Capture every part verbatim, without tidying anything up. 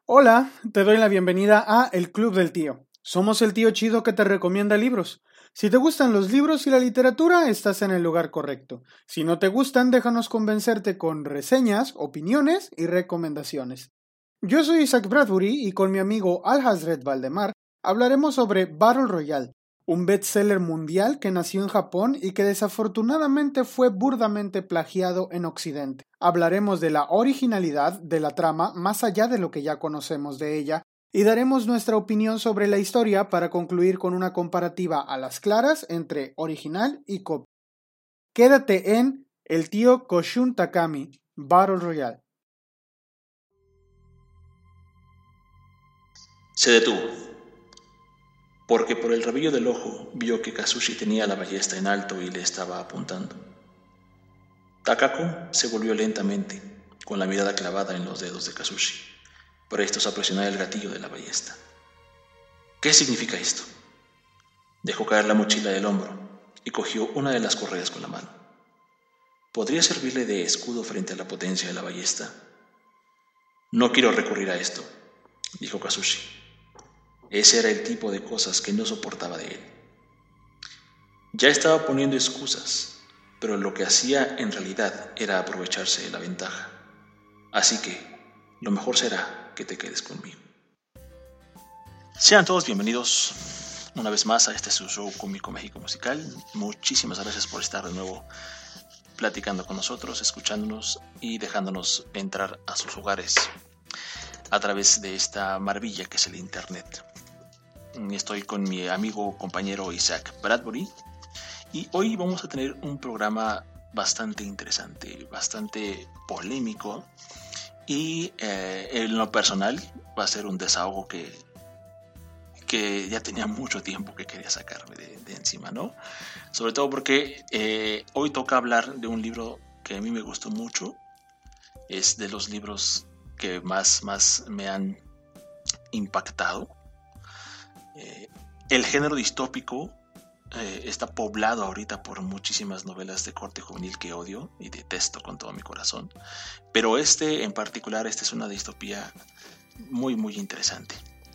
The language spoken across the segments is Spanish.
Hola, te doy la bienvenida a El Club del Tío. Somos el tío chido que te recomienda libros. Si te gustan los libros y la literatura, estás en el lugar correcto. Si no te gustan, déjanos convencerte con reseñas, opiniones y recomendaciones. Yo soy Isaac Bradbury y con mi amigo Al-Hazred Valdemar hablaremos sobre Battle Royale, un bestseller mundial que nació en Japón y que desafortunadamente fue burdamente plagiado en Occidente. Hablaremos de la originalidad de la trama más allá de lo que ya conocemos de ella y daremos nuestra opinión sobre la historia para concluir con una comparativa a las claras entre original y copia. Quédate en El tío Koshun Takami, Battle Royale. Se detuvo, porque por el rabillo del ojo vio que Kazushi tenía la ballesta en alto y le estaba apuntando. Takako se volvió lentamente, con la mirada clavada en los dedos de Kazushi, prestos a presionar el gatillo de la ballesta. ¿Qué significa esto? Dejó caer la mochila del hombro y cogió una de las correas con la mano. ¿Podría servirle de escudo frente a la potencia de la ballesta? No quiero recurrir a esto, dijo Kazushi. Ese era el tipo de cosas que no soportaba de él. Ya estaba poniendo excusas, pero lo que hacía en realidad era aprovecharse de la ventaja. Así que, lo mejor será que te quedes conmigo. Sean todos bienvenidos una vez más a este su show cómico México Musical. Muchísimas gracias por estar de nuevo platicando con nosotros, escuchándonos y dejándonos entrar a sus hogares a través de esta maravilla que es el internet. Estoy con mi amigo compañero Isaac Bradbury y hoy vamos a tener un programa bastante interesante, bastante polémico y eh, en lo personal va a ser un desahogo que, que ya tenía mucho tiempo que quería sacarme de, de encima, ¿no? Sobre todo porque eh, hoy toca hablar de un libro que a mí me gustó mucho, es de los libros que más, más me han impactado. Eh, el género distópico eh, está poblado ahorita por muchísimas novelas de corte juvenil que odio y detesto con todo mi corazón, pero este en particular, este es una distopía muy muy interesante.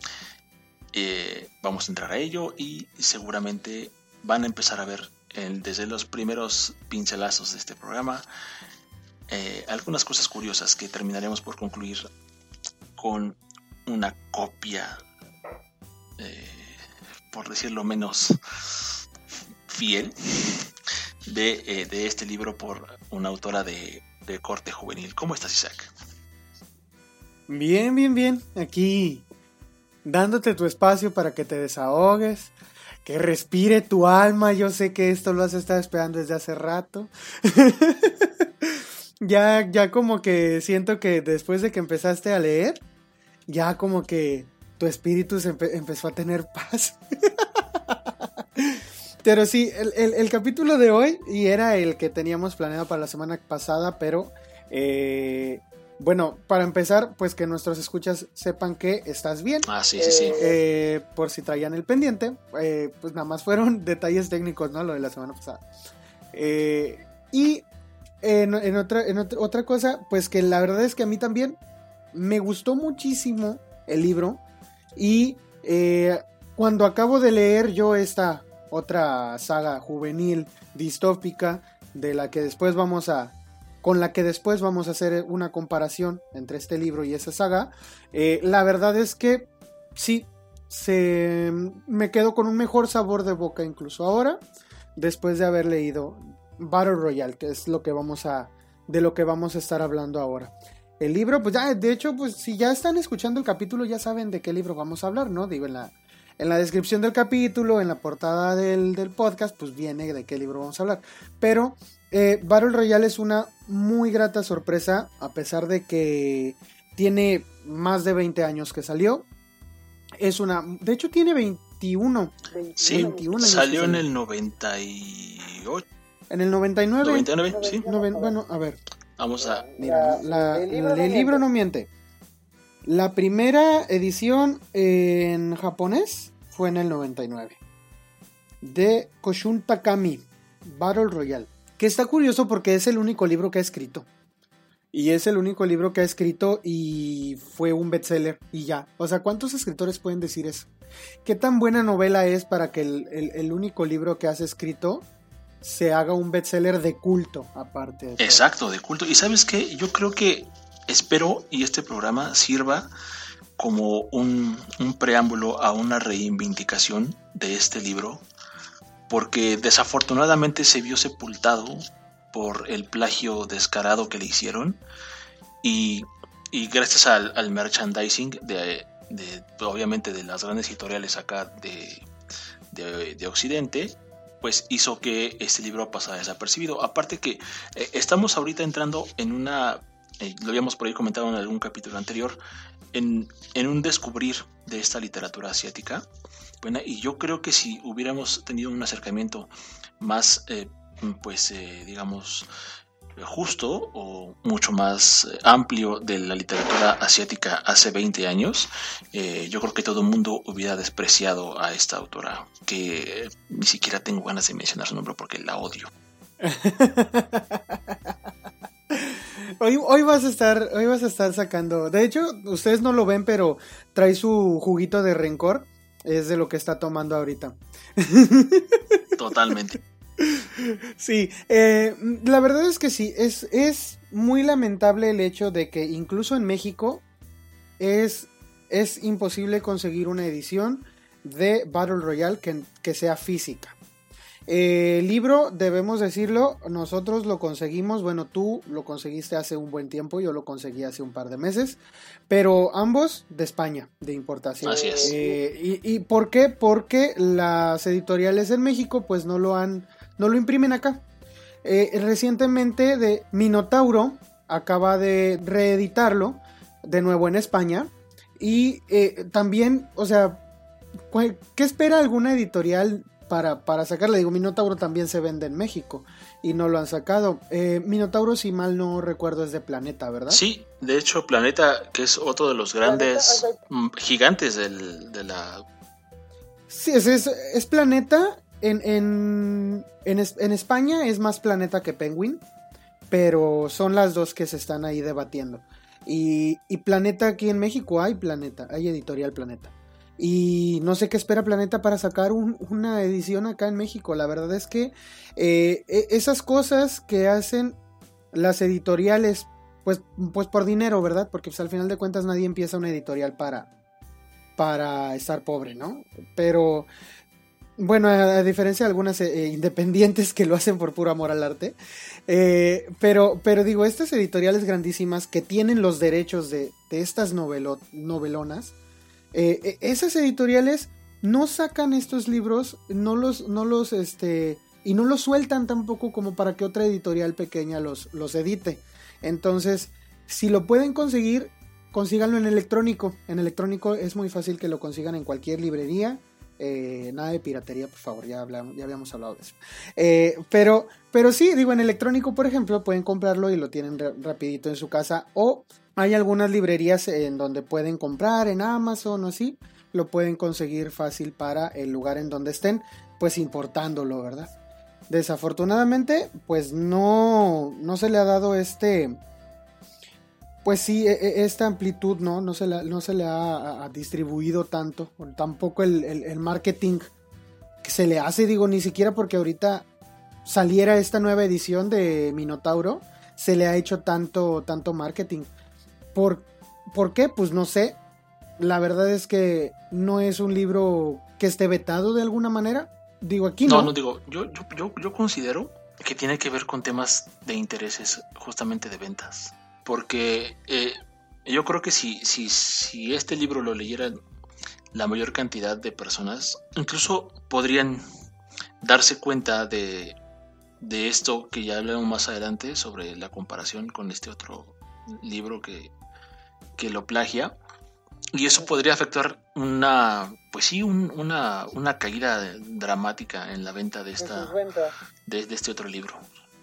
Eh, vamos a entrar a ello y seguramente van a empezar a ver el, desde los primeros pincelazos de este programa eh, algunas cosas curiosas que terminaremos por concluir con una copia Eh, por decirlo menos fiel de, eh, de este libro por una autora de, de corte juvenil. ¿Cómo estás, Isaac? Bien, bien, bien. Aquí dándote tu espacio para que te desahogues, que respire tu alma. Yo sé que esto lo has estado esperando desde hace rato. ya, ya como que siento que después de que empezaste a leer, ya como que tu espíritu se empe- empezó a tener paz. Pero sí, el, el, el capítulo de hoy, y era el que teníamos planeado para la semana pasada, pero eh, bueno, para empezar, pues que nuestros escuchas sepan que estás bien. Ah, sí, sí, sí. Eh, por si traían el pendiente, eh, pues nada más fueron detalles técnicos, ¿no? Lo de la semana pasada. Eh, y en, en, otra, en otra, otra cosa, pues que la verdad es que a mí también me gustó muchísimo el libro. Y eh, cuando acabo de leer yo esta otra saga juvenil distópica de la que después vamos a con la que después vamos a hacer una comparación entre este libro y esa saga, eh, la verdad es que sí se me quedo con un mejor sabor de boca incluso ahora después de haber leído Battle Royale, que es lo que vamos a de lo que vamos a estar hablando ahora. El libro, pues ya, de hecho, pues si ya están escuchando el capítulo ya saben de qué libro vamos a hablar, ¿no? Digo, en la, en la descripción del capítulo, en la portada del, del podcast, pues viene de qué libro vamos a hablar. Pero eh, Battle Royale es una muy grata sorpresa, a pesar de que tiene más de veinte años que salió. Es una, de hecho tiene veintiuno. Sí, veintiuno salió en el noventa y ocho. En el noventa y nueve. noventa y nueve, sí. Noven, bueno, a ver. Vamos a... Mira, la, el, libro, el no libro no miente. La primera edición en japonés fue en el noventa y nueve. De Koshun Takami, Battle Royale. Que está curioso porque es el único libro que ha escrito. Y es el único libro que ha escrito y fue un bestseller y ya. O sea, ¿cuántos escritores pueden decir eso? ¿Qué tan buena novela es para que el, el, el único libro que has escrito se haga un bestseller de culto, aparte de todo? Exacto, de culto. Y ¿sabes qué? Yo creo que espero y este programa sirva como un, un preámbulo a una reivindicación de este libro, porque desafortunadamente se vio sepultado por el plagio descarado que le hicieron y, y gracias al, al merchandising de, de obviamente de las grandes editoriales acá de, de, de Occidente, pues hizo que este libro pasara desapercibido. Aparte que eh, estamos ahorita entrando en una, eh, lo habíamos por ahí comentado en algún capítulo anterior, en, en un descubrir de esta literatura asiática. Bueno, y yo creo que si hubiéramos tenido un acercamiento más eh, pues eh, digamos justo o mucho más eh, amplio de la literatura asiática hace veinte años, eh, yo creo que todo el mundo hubiera despreciado a esta autora, que eh, ni siquiera tengo ganas de mencionar su nombre porque la odio. Hoy, hoy vas a estar, hoy vas a estar sacando, de hecho, ustedes no lo ven, pero trae su juguito de rencor, es de lo que está tomando ahorita. Totalmente. Sí, eh, la verdad es que sí, es, es muy lamentable el hecho de que incluso en México es, es imposible conseguir una edición de Battle Royale que, que sea física. Eh, el libro, debemos decirlo, nosotros lo conseguimos, bueno, tú lo conseguiste hace un buen tiempo, yo lo conseguí hace un par de meses, pero ambos de España, de importación. Así es. Eh, y, ¿Y por qué? Porque las editoriales en México pues no lo han, no lo imprimen acá. Eh, recientemente de Minotauro acaba de reeditarlo de nuevo en España y eh, también, o sea, ¿qué espera alguna editorial Para, para sacarle? Digo, Minotauro también se vende en México y no lo han sacado. eh, Minotauro, si mal no recuerdo, es de Planeta, ¿verdad? Sí, de hecho Planeta, que es otro de los grandes Planeta, gigantes del, de la... Sí, es, es, es Planeta. En, en, en, en España es más Planeta que Penguin, pero son las dos que se están ahí debatiendo. Y, y Planeta aquí en México hay Planeta, hay editorial Planeta. Y no sé qué espera Planeta para sacar un, una edición acá en México. La verdad es que eh, esas cosas que hacen las editoriales, pues, pues por dinero, ¿verdad? Porque pues, al final de cuentas nadie empieza una editorial para, para estar pobre, ¿no? Pero bueno, a, a diferencia de algunas eh, independientes que lo hacen por puro amor al arte. Eh, pero, pero digo, estas editoriales grandísimas que tienen los derechos de, de estas novelo, novelonas, Eh, esas editoriales no sacan estos libros, no los, no los, este, y no los sueltan tampoco como para que otra editorial pequeña los, los edite. Entonces, si lo pueden conseguir, consíganlo en electrónico. En electrónico es muy fácil que lo consigan en cualquier librería. Eh, nada de piratería, por favor, ya, hablamos, ya habíamos hablado de eso. Eh, pero, pero sí, digo, en electrónico, por ejemplo, pueden comprarlo y lo tienen ra- rapidito en su casa, o hay algunas librerías en donde pueden comprar, en Amazon o así, lo pueden conseguir fácil para el lugar en donde estén, pues importándolo, ¿verdad? Desafortunadamente, pues no, no se le ha dado este, pues sí, esta amplitud, ¿no? No se le, no se le ha, ha distribuido tanto, tampoco el, el, el marketing que se le hace, digo, ni siquiera porque ahorita saliera esta nueva edición de Minotauro, se le ha hecho tanto, tanto marketing. ¿Por, ¿Por qué? Pues no sé. La verdad es que no es un libro que esté vetado de alguna manera. Digo, aquí no. No, no digo, yo, yo, yo, yo considero que tiene que ver con temas de intereses justamente de ventas. Porque eh, yo creo que si, si, si este libro lo leyeran la mayor cantidad de personas, incluso podrían darse cuenta de, de esto que ya hablamos más adelante sobre la comparación con este otro libro que, que lo plagia, y eso podría afectar una, pues sí, un, una, una caída dramática en la venta de esta, de, de este otro libro.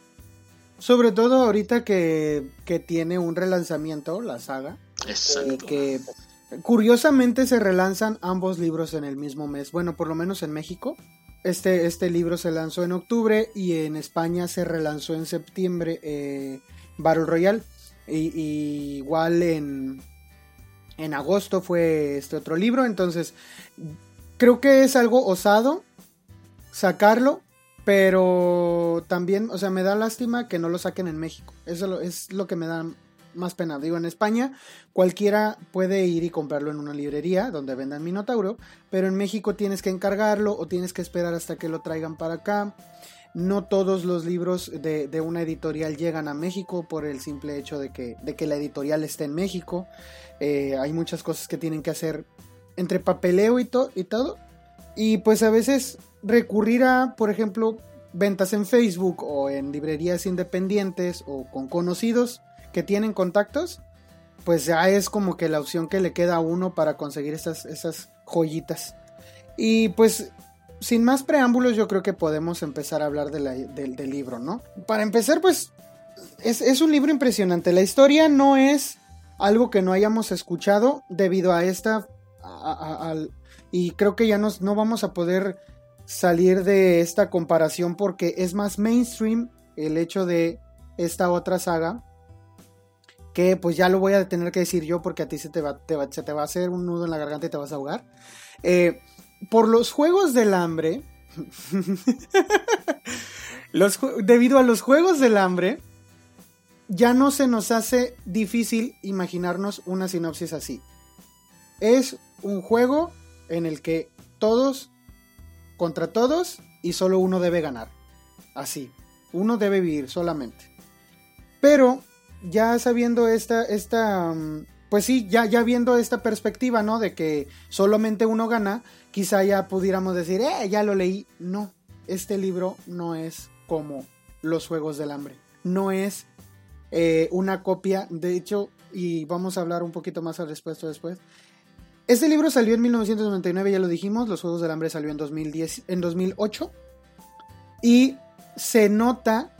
Sobre todo ahorita que, que tiene un relanzamiento, la saga. Exacto. Y que curiosamente se relanzan ambos libros en el mismo mes. Bueno, por lo menos en México. Este, este libro se lanzó en octubre y en España se relanzó en septiembre, eh, Battle Royale. Y, y igual en, en agosto fue este otro libro. Entonces creo que es algo osado sacarlo, pero también, o sea, me da lástima que no lo saquen en México. Eso es lo que me da más pena. Digo, en España cualquiera puede ir y comprarlo en una librería donde vendan Minotauro, pero en México tienes que encargarlo o tienes que esperar hasta que lo traigan para acá. No todos los libros de, de una editorial llegan a México por el simple hecho de que, de que la editorial esté en México. Eh, hay muchas cosas que tienen que hacer entre papeleo y, to- y todo. Y pues a veces recurrir a, por ejemplo, ventas en Facebook o en librerías independientes o con conocidos que tienen contactos, pues ya es como que la opción que le queda a uno para conseguir esas, esas joyitas. Y pues sin más preámbulos, yo creo que podemos empezar a hablar de la, de, del libro, ¿no? Para empezar, pues es, es un libro impresionante. La historia no es algo que no hayamos escuchado debido a esta a, a, a, y creo que ya nos, no vamos a poder salir de esta comparación porque es más mainstream el hecho de esta otra saga, que pues ya lo voy a tener que decir yo porque a ti se te va, te va, se te va a hacer un nudo en la garganta y te vas a ahogar. Eh, por los Juegos del Hambre, los, debido a los Juegos del Hambre, ya no se nos hace difícil imaginarnos una sinopsis así. Es un juego en el que todos contra todos y solo uno debe ganar. Así, uno debe vivir solamente. Pero ya sabiendo esta, esta, pues sí, ya, ya viendo esta perspectiva, ¿no? De que solamente uno gana, quizá ya pudiéramos decir, eh, ya lo leí. No, este libro no es como los Juegos del Hambre. No es eh, una copia, de hecho, y vamos a hablar un poquito más al respecto después. Este libro salió en mil novecientos noventa y nueve, ya lo dijimos, Los Juegos del Hambre salió en dos mil diez, en dos mil ocho, y se nota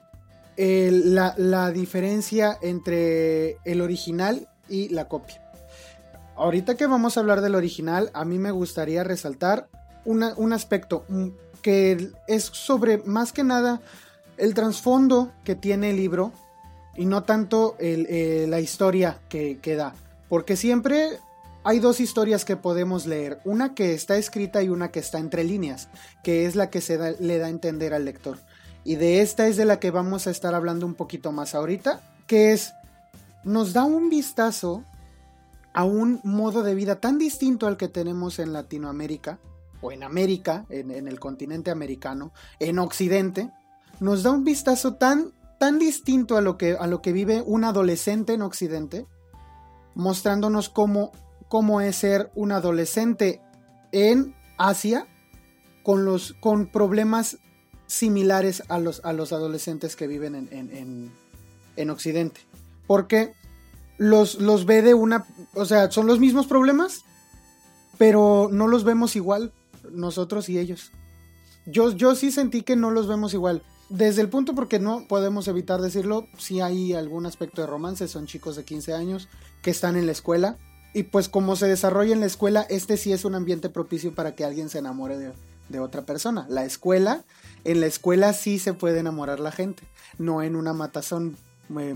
El, la, la diferencia entre el original y la copia. Ahorita que vamos a hablar del original, a mí me gustaría resaltar una, un aspecto que es sobre más que nada el trasfondo que tiene el libro y no tanto el, eh, la historia que, que da, porque siempre hay dos historias que podemos leer, una que está escrita y una que está entre líneas, que es la que se da, le da a entender al lector. Y de esta es de la que vamos a estar hablando un poquito más ahorita, que es, nos da un vistazo a un modo de vida tan distinto al que tenemos en Latinoamérica, o en América, en, en el continente americano, en Occidente. Nos da un vistazo tan, tan distinto a lo que, a lo que vive un adolescente en Occidente, mostrándonos cómo, cómo es ser un adolescente en Asia, con, los, con problemas similares a los, a los adolescentes que viven en, en, en, en Occidente, porque los, los ve de una, o sea, son los mismos problemas, pero no los vemos igual nosotros y ellos. Yo, yo sí sentí que no los vemos igual, desde el punto porque no podemos evitar decirlo, si hay algún aspecto de romance, son chicos de quince años que están en la escuela, y pues como se desarrolla en la escuela, este sí es un ambiente propicio para que alguien se enamore de, de otra persona. La escuela, en la escuela sí se puede enamorar la gente, no en una matazón eh,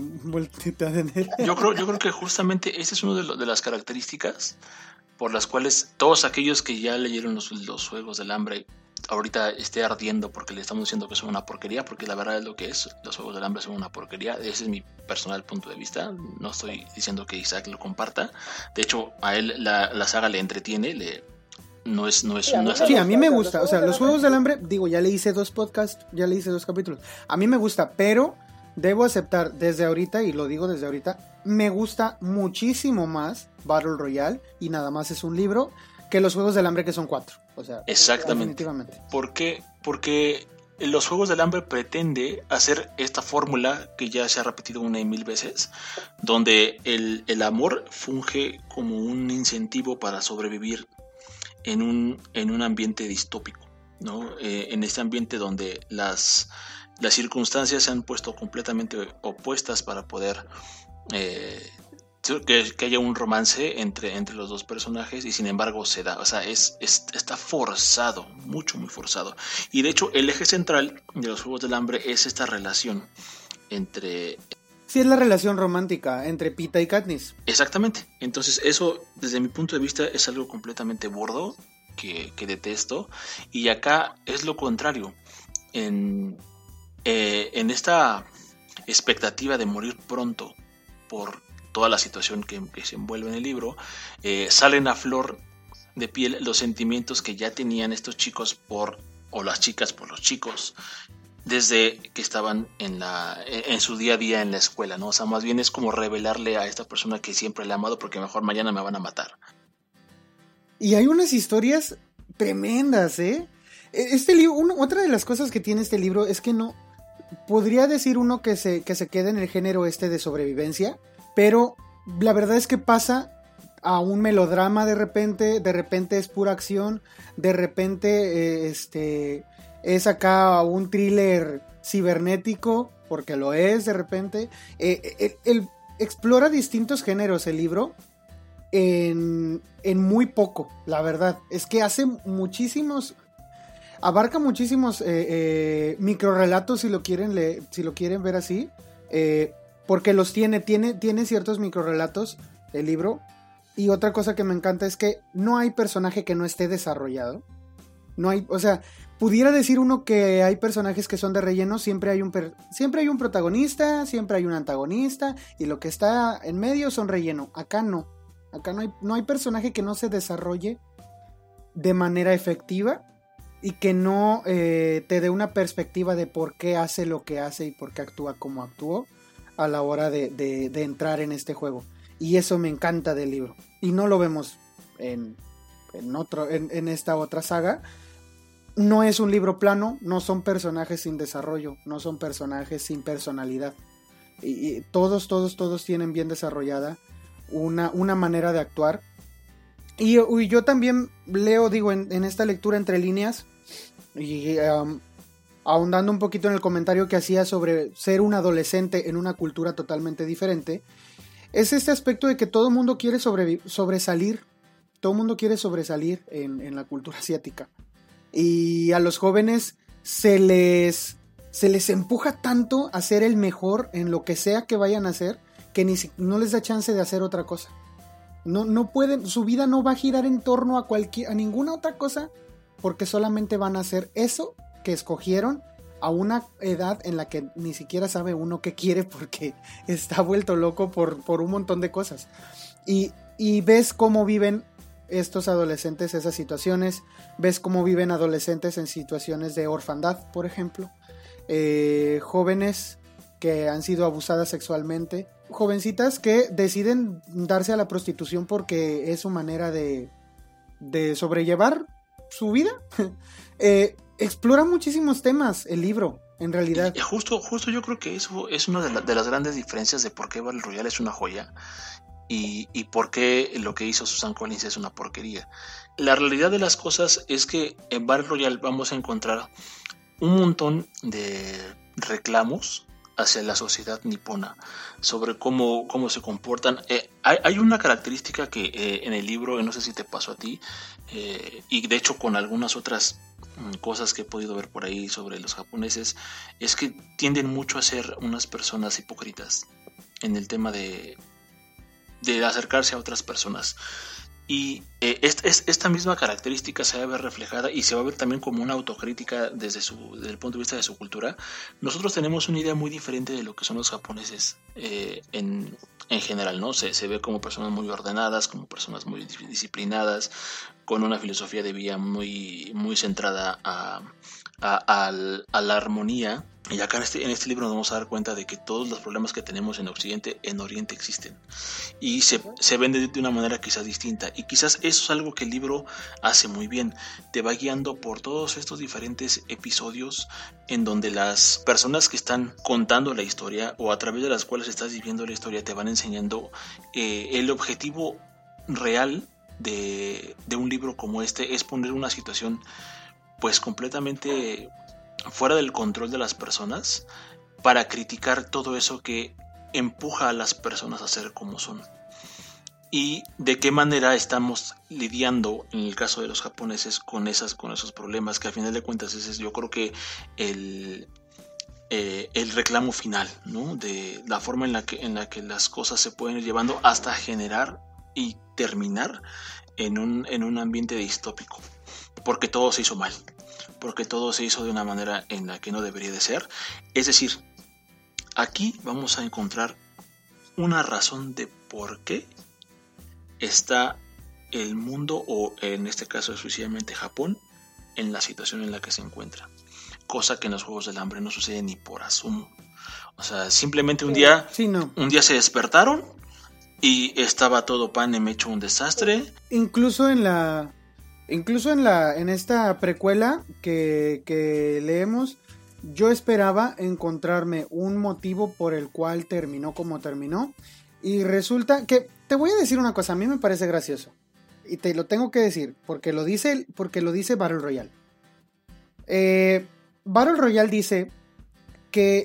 yo creo, yo creo que justamente esa es una de, lo, de las características por las cuales todos aquellos que ya leyeron los, los Juegos del Hambre ahorita esté ardiendo porque le estamos diciendo que son una porquería, porque la verdad es lo que es, los Juegos del Hambre son una porquería. Ese es mi personal punto de vista, no estoy diciendo que Isaac lo comparta, de hecho a él la, la saga le entretiene, le no es no es, sí, no es sí, algo... a mí me gusta, o sea, los Juegos del Hambre, digo, ya le hice dos podcasts, ya le hice dos capítulos, a mí me gusta, pero debo aceptar desde ahorita, y lo digo desde ahorita, me gusta muchísimo más Battle Royale, y nada más es un libro, que los Juegos del Hambre, que son cuatro. O sea, exactamente. ¿Por qué? Porque los Juegos del Hambre pretende hacer esta fórmula que ya se ha repetido una y mil veces, donde el, el amor funge como un incentivo para sobrevivir en un, en un ambiente distópico, ¿no? Eh, en este ambiente donde las, las circunstancias se han puesto completamente opuestas para poder eh, que, que haya un romance entre, entre los dos personajes, y sin embargo se da, o sea, es, es, está forzado, mucho, muy forzado. Y de hecho el eje central de los Juegos del Hambre es esta relación entre... Sí, es la relación romántica entre Pita y Katniss. Exactamente. Entonces eso, desde mi punto de vista, es algo completamente burdo que, que detesto. Y acá es lo contrario. En, eh, en esta expectativa de morir pronto por toda la situación que, que se envuelve en el libro, eh, salen a flor de piel los sentimientos que ya tenían estos chicos por, o las chicas por los chicos, desde que estaban en la en su día a día en la escuela, ¿no? O sea, más bien es como revelarle a esta persona que siempre le ha amado porque mejor mañana me van a matar. Y hay unas historias tremendas, ¿eh? Este libro, uno, otra de las cosas que tiene este libro es que no podría decir uno que se, que se quede en el género este de sobrevivencia, pero la verdad es que pasa a un melodrama de repente, de repente es pura acción, de repente eh, este es acá un thriller cibernético, porque lo es de repente. Eh, el, el, explora distintos géneros el libro en, en muy poco, la verdad. Es que hace muchísimos, abarca muchísimos eh, eh, microrelatos si lo quieren leer, si lo quieren ver así, eh, porque los tiene, tiene, tiene ciertos microrelatos el libro. Y otra cosa que me encanta es que no hay personaje que no esté desarrollado. No hay, o sea, pudiera decir uno que hay personajes que son de relleno, siempre hay un per, siempre hay un protagonista, siempre hay un antagonista, y lo que está en medio son relleno. Acá no. Acá no hay, no hay personaje que no se desarrolle de manera efectiva y que no eh, te dé una perspectiva de por qué hace lo que hace y por qué actúa como actuó a la hora de, de, de entrar en este juego. Y eso me encanta del libro. Y no lo vemos en, en, otro, en, en esta otra saga. No es un libro plano, no son personajes sin desarrollo, no son personajes sin personalidad. Y, y todos, todos, todos tienen bien desarrollada una, una manera de actuar. Y, y yo también leo, digo, en, en esta lectura entre líneas, y um, ahondando un poquito en el comentario que hacía sobre ser un adolescente en una cultura totalmente diferente, es este aspecto de que todo el mundo quiere sobre, sobresalir, todo el mundo quiere sobresalir en, en la cultura asiática. Y a los jóvenes se les, se les empuja tanto a ser el mejor en lo que sea que vayan a hacer, que ni no les da chance de hacer otra cosa. No, no pueden, su vida no va a girar en torno a, cualquier, a ninguna otra cosa, porque solamente van a hacer eso que escogieron a una edad en la que ni siquiera sabe uno qué quiere porque está vuelto loco por, por un montón de cosas. Y, y ves cómo viven estos adolescentes esas situaciones, ves cómo viven adolescentes en situaciones de orfandad, por ejemplo, eh, jóvenes que han sido abusadas sexualmente, jovencitas que deciden darse a la prostitución porque es su manera de, de sobrellevar su vida. eh, explora muchísimos temas el libro, en realidad. Y justo, justo yo creo que eso es una de, la, de las grandes diferencias de por qué Battle Royale es una joya y, y por qué lo que hizo Susan Collins es una porquería. La realidad de las cosas es que en Battle Royale vamos a encontrar un montón de reclamos hacia la sociedad nipona sobre cómo, cómo se comportan. Eh, hay, hay una característica que eh, en el libro, no sé si te pasó a ti, eh, y de hecho con algunas otras cosas que he podido ver por ahí sobre los japoneses, es que tienden mucho a ser unas personas hipócritas en el tema de, de acercarse a otras personas. Y eh, es, es, esta misma característica se va a ver reflejada y se va a ver también como una autocrítica desde, su, desde el punto de vista de su cultura. Nosotros tenemos una idea muy diferente de lo que son los japoneses eh, en, en general, ¿no? Se, se ve como personas muy ordenadas, como personas muy disciplinadas, con una filosofía de vida muy, muy centrada a, a, a, a la armonía. Y acá en este, en este libro nos vamos a dar cuenta de que todos los problemas que tenemos en Occidente, en Oriente existen. Y se, se ven de, de una manera quizás distinta. Y quizás eso es algo que el libro hace muy bien. Te va guiando por todos estos diferentes episodios en donde las personas que están contando la historia o a través de las cuales estás viviendo la historia te van enseñando eh, el objetivo real de, de un libro como este es poner una situación pues completamente fuera del control de las personas para criticar todo eso que empuja a las personas a ser como son y de qué manera estamos lidiando en el caso de los japoneses con esas con esos problemas que a final de cuentas ese es yo creo que el eh, el reclamo final, ¿no? De la forma en la que, en la que las cosas se pueden ir llevando hasta generar y terminar en un, en un ambiente distópico, porque todo se hizo mal, porque todo se hizo de una manera en la que no debería de ser. Es decir, aquí vamos a encontrar una razón de por qué está el mundo, o en este caso exclusivamente Japón, en la situación en la que se encuentra, cosa que en los Juegos del Hambre no sucede ni por asomo. O sea, simplemente un día, sí, no. un día se despertaron y estaba todo Panem hecho un desastre. Incluso en la, incluso en la, en esta precuela que, que leemos, yo esperaba encontrarme un motivo por el cual terminó como terminó, y resulta que, te voy a decir una cosa, a mí me parece gracioso, y te lo tengo que decir, porque lo dice, porque lo dice Battle Royale. Eh, Battle Royale dice que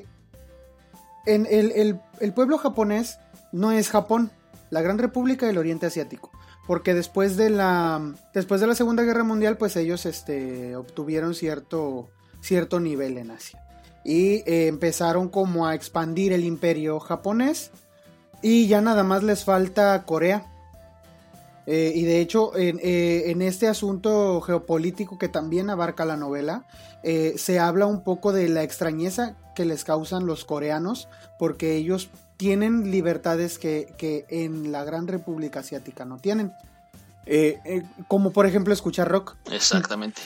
en el, el, el pueblo japonés no es Japón, la Gran República del Oriente Asiático, porque después de la, después de la Segunda Guerra Mundial, pues ellos este, obtuvieron cierto... cierto nivel en Asia y eh, empezaron como a expandir el imperio japonés, y ya nada más les falta Corea, eh, y de hecho en, eh, en este asunto geopolítico que también abarca la novela, eh, se habla un poco de la extrañeza que les causan los coreanos, porque ellos tienen libertades que, que en la Gran República Asiática no tienen, eh, eh, como por ejemplo escuchar rock. Exactamente.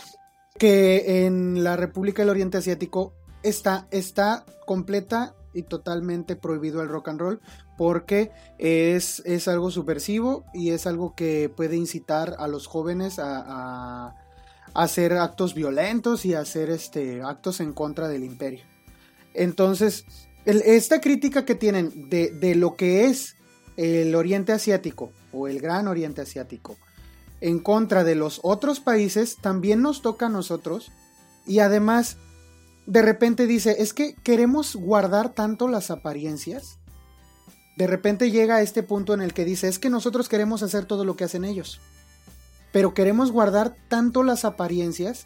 Que en la República del Oriente Asiático está, está completa y totalmente prohibido el rock and roll, porque es, es algo subversivo y es algo que puede incitar a los jóvenes a, a, a hacer actos violentos y a hacer este, actos en contra del imperio. Entonces, el, esta crítica que tienen de, de lo que es el Oriente Asiático o el Gran Oriente Asiático en contra de los otros países, también nos toca a nosotros, y además de repente dice, es que queremos guardar tanto las apariencias. De repente llega a este punto en el que dice, es que nosotros queremos hacer todo lo que hacen ellos, pero queremos guardar tanto las apariencias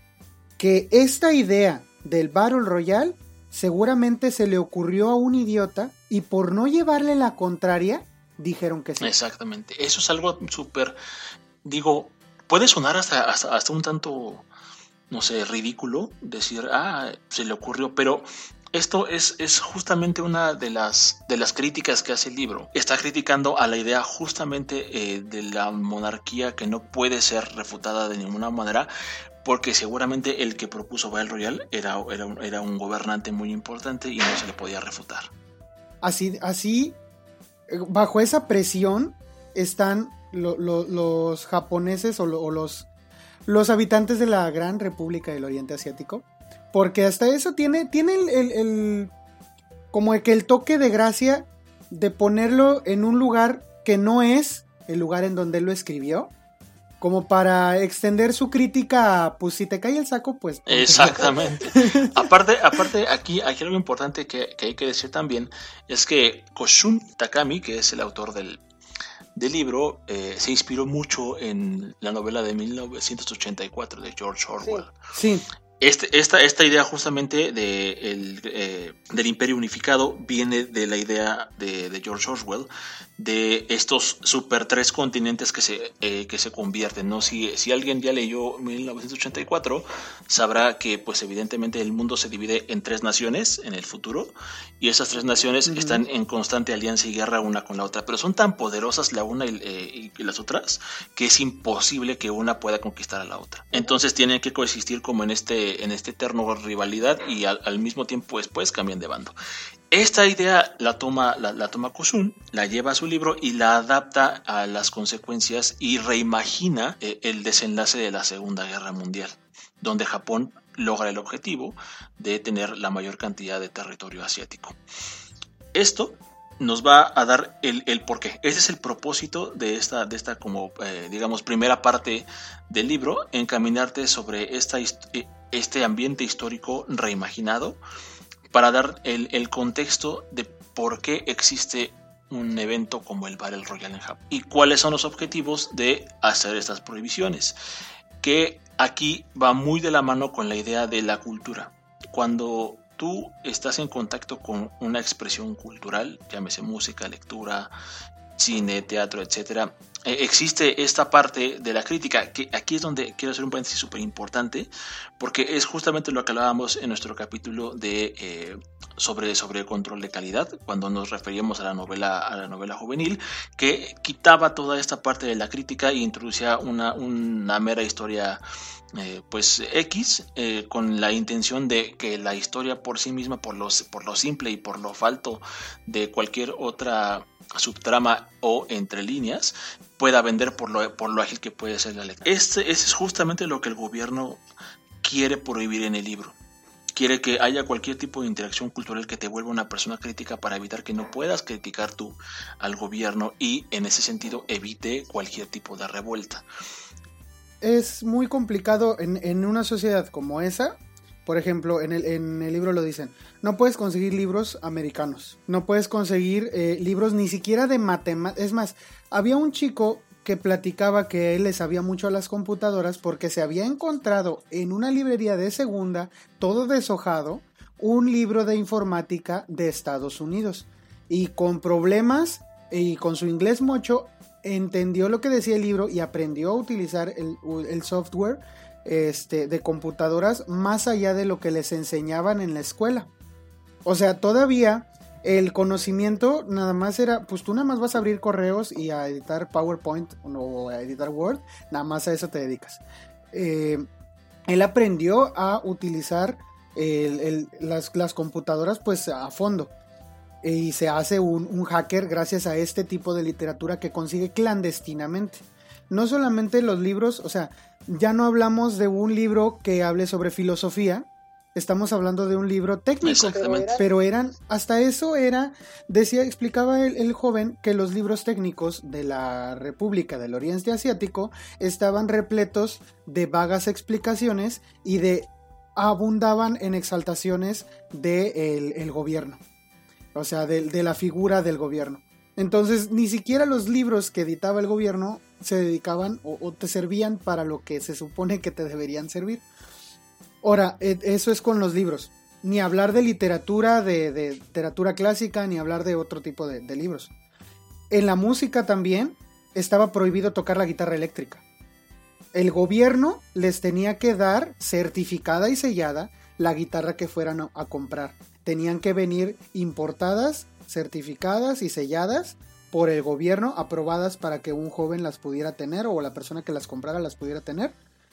que esta idea del Battle Royale seguramente se le ocurrió a un idiota, y por no llevarle la contraria dijeron que sí. Exactamente, eso es algo súper... Digo, puede sonar hasta, hasta, hasta un tanto, no sé, ridículo decir, ah, se le ocurrió, pero esto es, es justamente una de las, de las críticas que hace el libro. Está criticando a la idea justamente eh, de la monarquía, que no puede ser refutada de ninguna manera, porque seguramente el que propuso Battle Royale era, era, un, era un gobernante muy importante y no se le podía refutar. Así, así bajo esa presión están... Lo, lo, los japoneses o, lo, o los, los habitantes de la Gran República del Oriente Asiático, porque hasta eso tiene, tiene el, el, el como que el toque de gracia de ponerlo en un lugar que no es el lugar en donde él lo escribió, como para extender su crítica a, pues si te cae el saco, pues... Exactamente. aparte, aparte aquí, aquí algo importante que, que hay que decir también es que Koshun Takami, que es el autor del del libro, eh, se inspiró mucho en la novela de mil novecientos ochenta y cuatro de George Orwell. Sí. sí. Este, esta, esta idea justamente de el, eh, del imperio unificado viene de la idea de, de George Orwell, de estos super tres continentes que se, eh, que se convierten, ¿no? Si, si alguien ya leyó mil novecientos ochenta y cuatro, sabrá que pues evidentemente el mundo se divide en tres naciones en el futuro, y esas tres naciones uh-huh. están en constante alianza y guerra una con la otra, pero son tan poderosas la una y, eh, y las otras que es imposible que una pueda conquistar a la otra. Entonces tienen que coexistir como en este en este eterno rivalidad, y al, al mismo tiempo después cambian de bando. Esta idea la toma, la, la toma Koshun, la lleva a su libro y la adapta a las consecuencias y reimagina eh, el desenlace de la Segunda Guerra Mundial, donde Japón logra el objetivo de tener la mayor cantidad de territorio asiático. Esto nos va a dar el, el porqué. Ese es el propósito de esta, de esta como, eh, digamos, primera parte del libro, encaminarte sobre esta, este ambiente histórico reimaginado para dar el, el contexto de por qué existe un evento como el Battle Royale en Japón y cuáles son los objetivos de hacer estas prohibiciones, que aquí va muy de la mano con la idea de la cultura. Cuando tú estás en contacto con una expresión cultural, llámese música, lectura, cine, teatro, etcétera, eh, existe esta parte de la crítica, que aquí es donde quiero hacer un paréntesis súper importante, porque es justamente lo que hablábamos en nuestro capítulo de eh, sobre, sobre el control de calidad, cuando nos referíamos a la novela, a la novela juvenil, que quitaba toda esta parte de la crítica e introducía una, una mera historia Eh, pues X, eh, con la intención de que la historia por sí misma, por lo, por lo simple y por lo falto de cualquier otra subtrama o entre líneas, pueda vender por lo, por lo ágil que puede ser la lectura. Este, este es justamente lo que el gobierno quiere prohibir en el libro. Quiere que haya cualquier tipo de interacción cultural que te vuelva una persona crítica, para evitar que no puedas criticar tú al gobierno y en ese sentido evite cualquier tipo de revuelta. Es muy complicado en, en una sociedad como esa. Por ejemplo, en el, en el libro lo dicen, no puedes conseguir libros americanos, no puedes conseguir eh, libros ni siquiera de matemáticas. Es más, había un chico que platicaba que él le sabía mucho a las computadoras porque se había encontrado en una librería de segunda, todo deshojado, un libro de informática de Estados Unidos. Y con problemas y con su inglés mocho, entendió lo que decía el libro y aprendió a utilizar el, el software este, de computadoras más allá de lo que les enseñaban en la escuela. O sea, todavía el conocimiento nada más era, pues tú nada más vas a abrir correos y a editar PowerPoint o a editar Word, nada más a eso te dedicas. Eh, él aprendió a utilizar el, el, las, las computadoras pues a fondo. Y se hace un, un hacker gracias a este tipo de literatura que consigue clandestinamente. No solamente los libros, o sea, ya no hablamos de un libro que hable sobre filosofía, estamos hablando de un libro técnico. Exactamente. Pero eran, hasta eso era, decía, explicaba el, el joven que los libros técnicos de la República del Oriente Asiático estaban repletos de vagas explicaciones y de abundaban en exaltaciones del el gobierno. O sea, de, de la figura del gobierno. Entonces, ni siquiera los libros que editaba el gobierno se dedicaban o, o te servían para lo que se supone que te deberían servir. Ahora, eso es con los libros. Ni hablar de literatura, de, de literatura clásica, ni hablar de otro tipo de, de libros. En la música también estaba prohibido tocar la guitarra eléctrica. El gobierno les tenía que dar certificada y sellada la guitarra que fueran a, a comprar. Tenían que venir importadas, certificadas y selladas por el gobierno, aprobadas para que un joven las pudiera tener o la persona que las comprara las pudiera tener.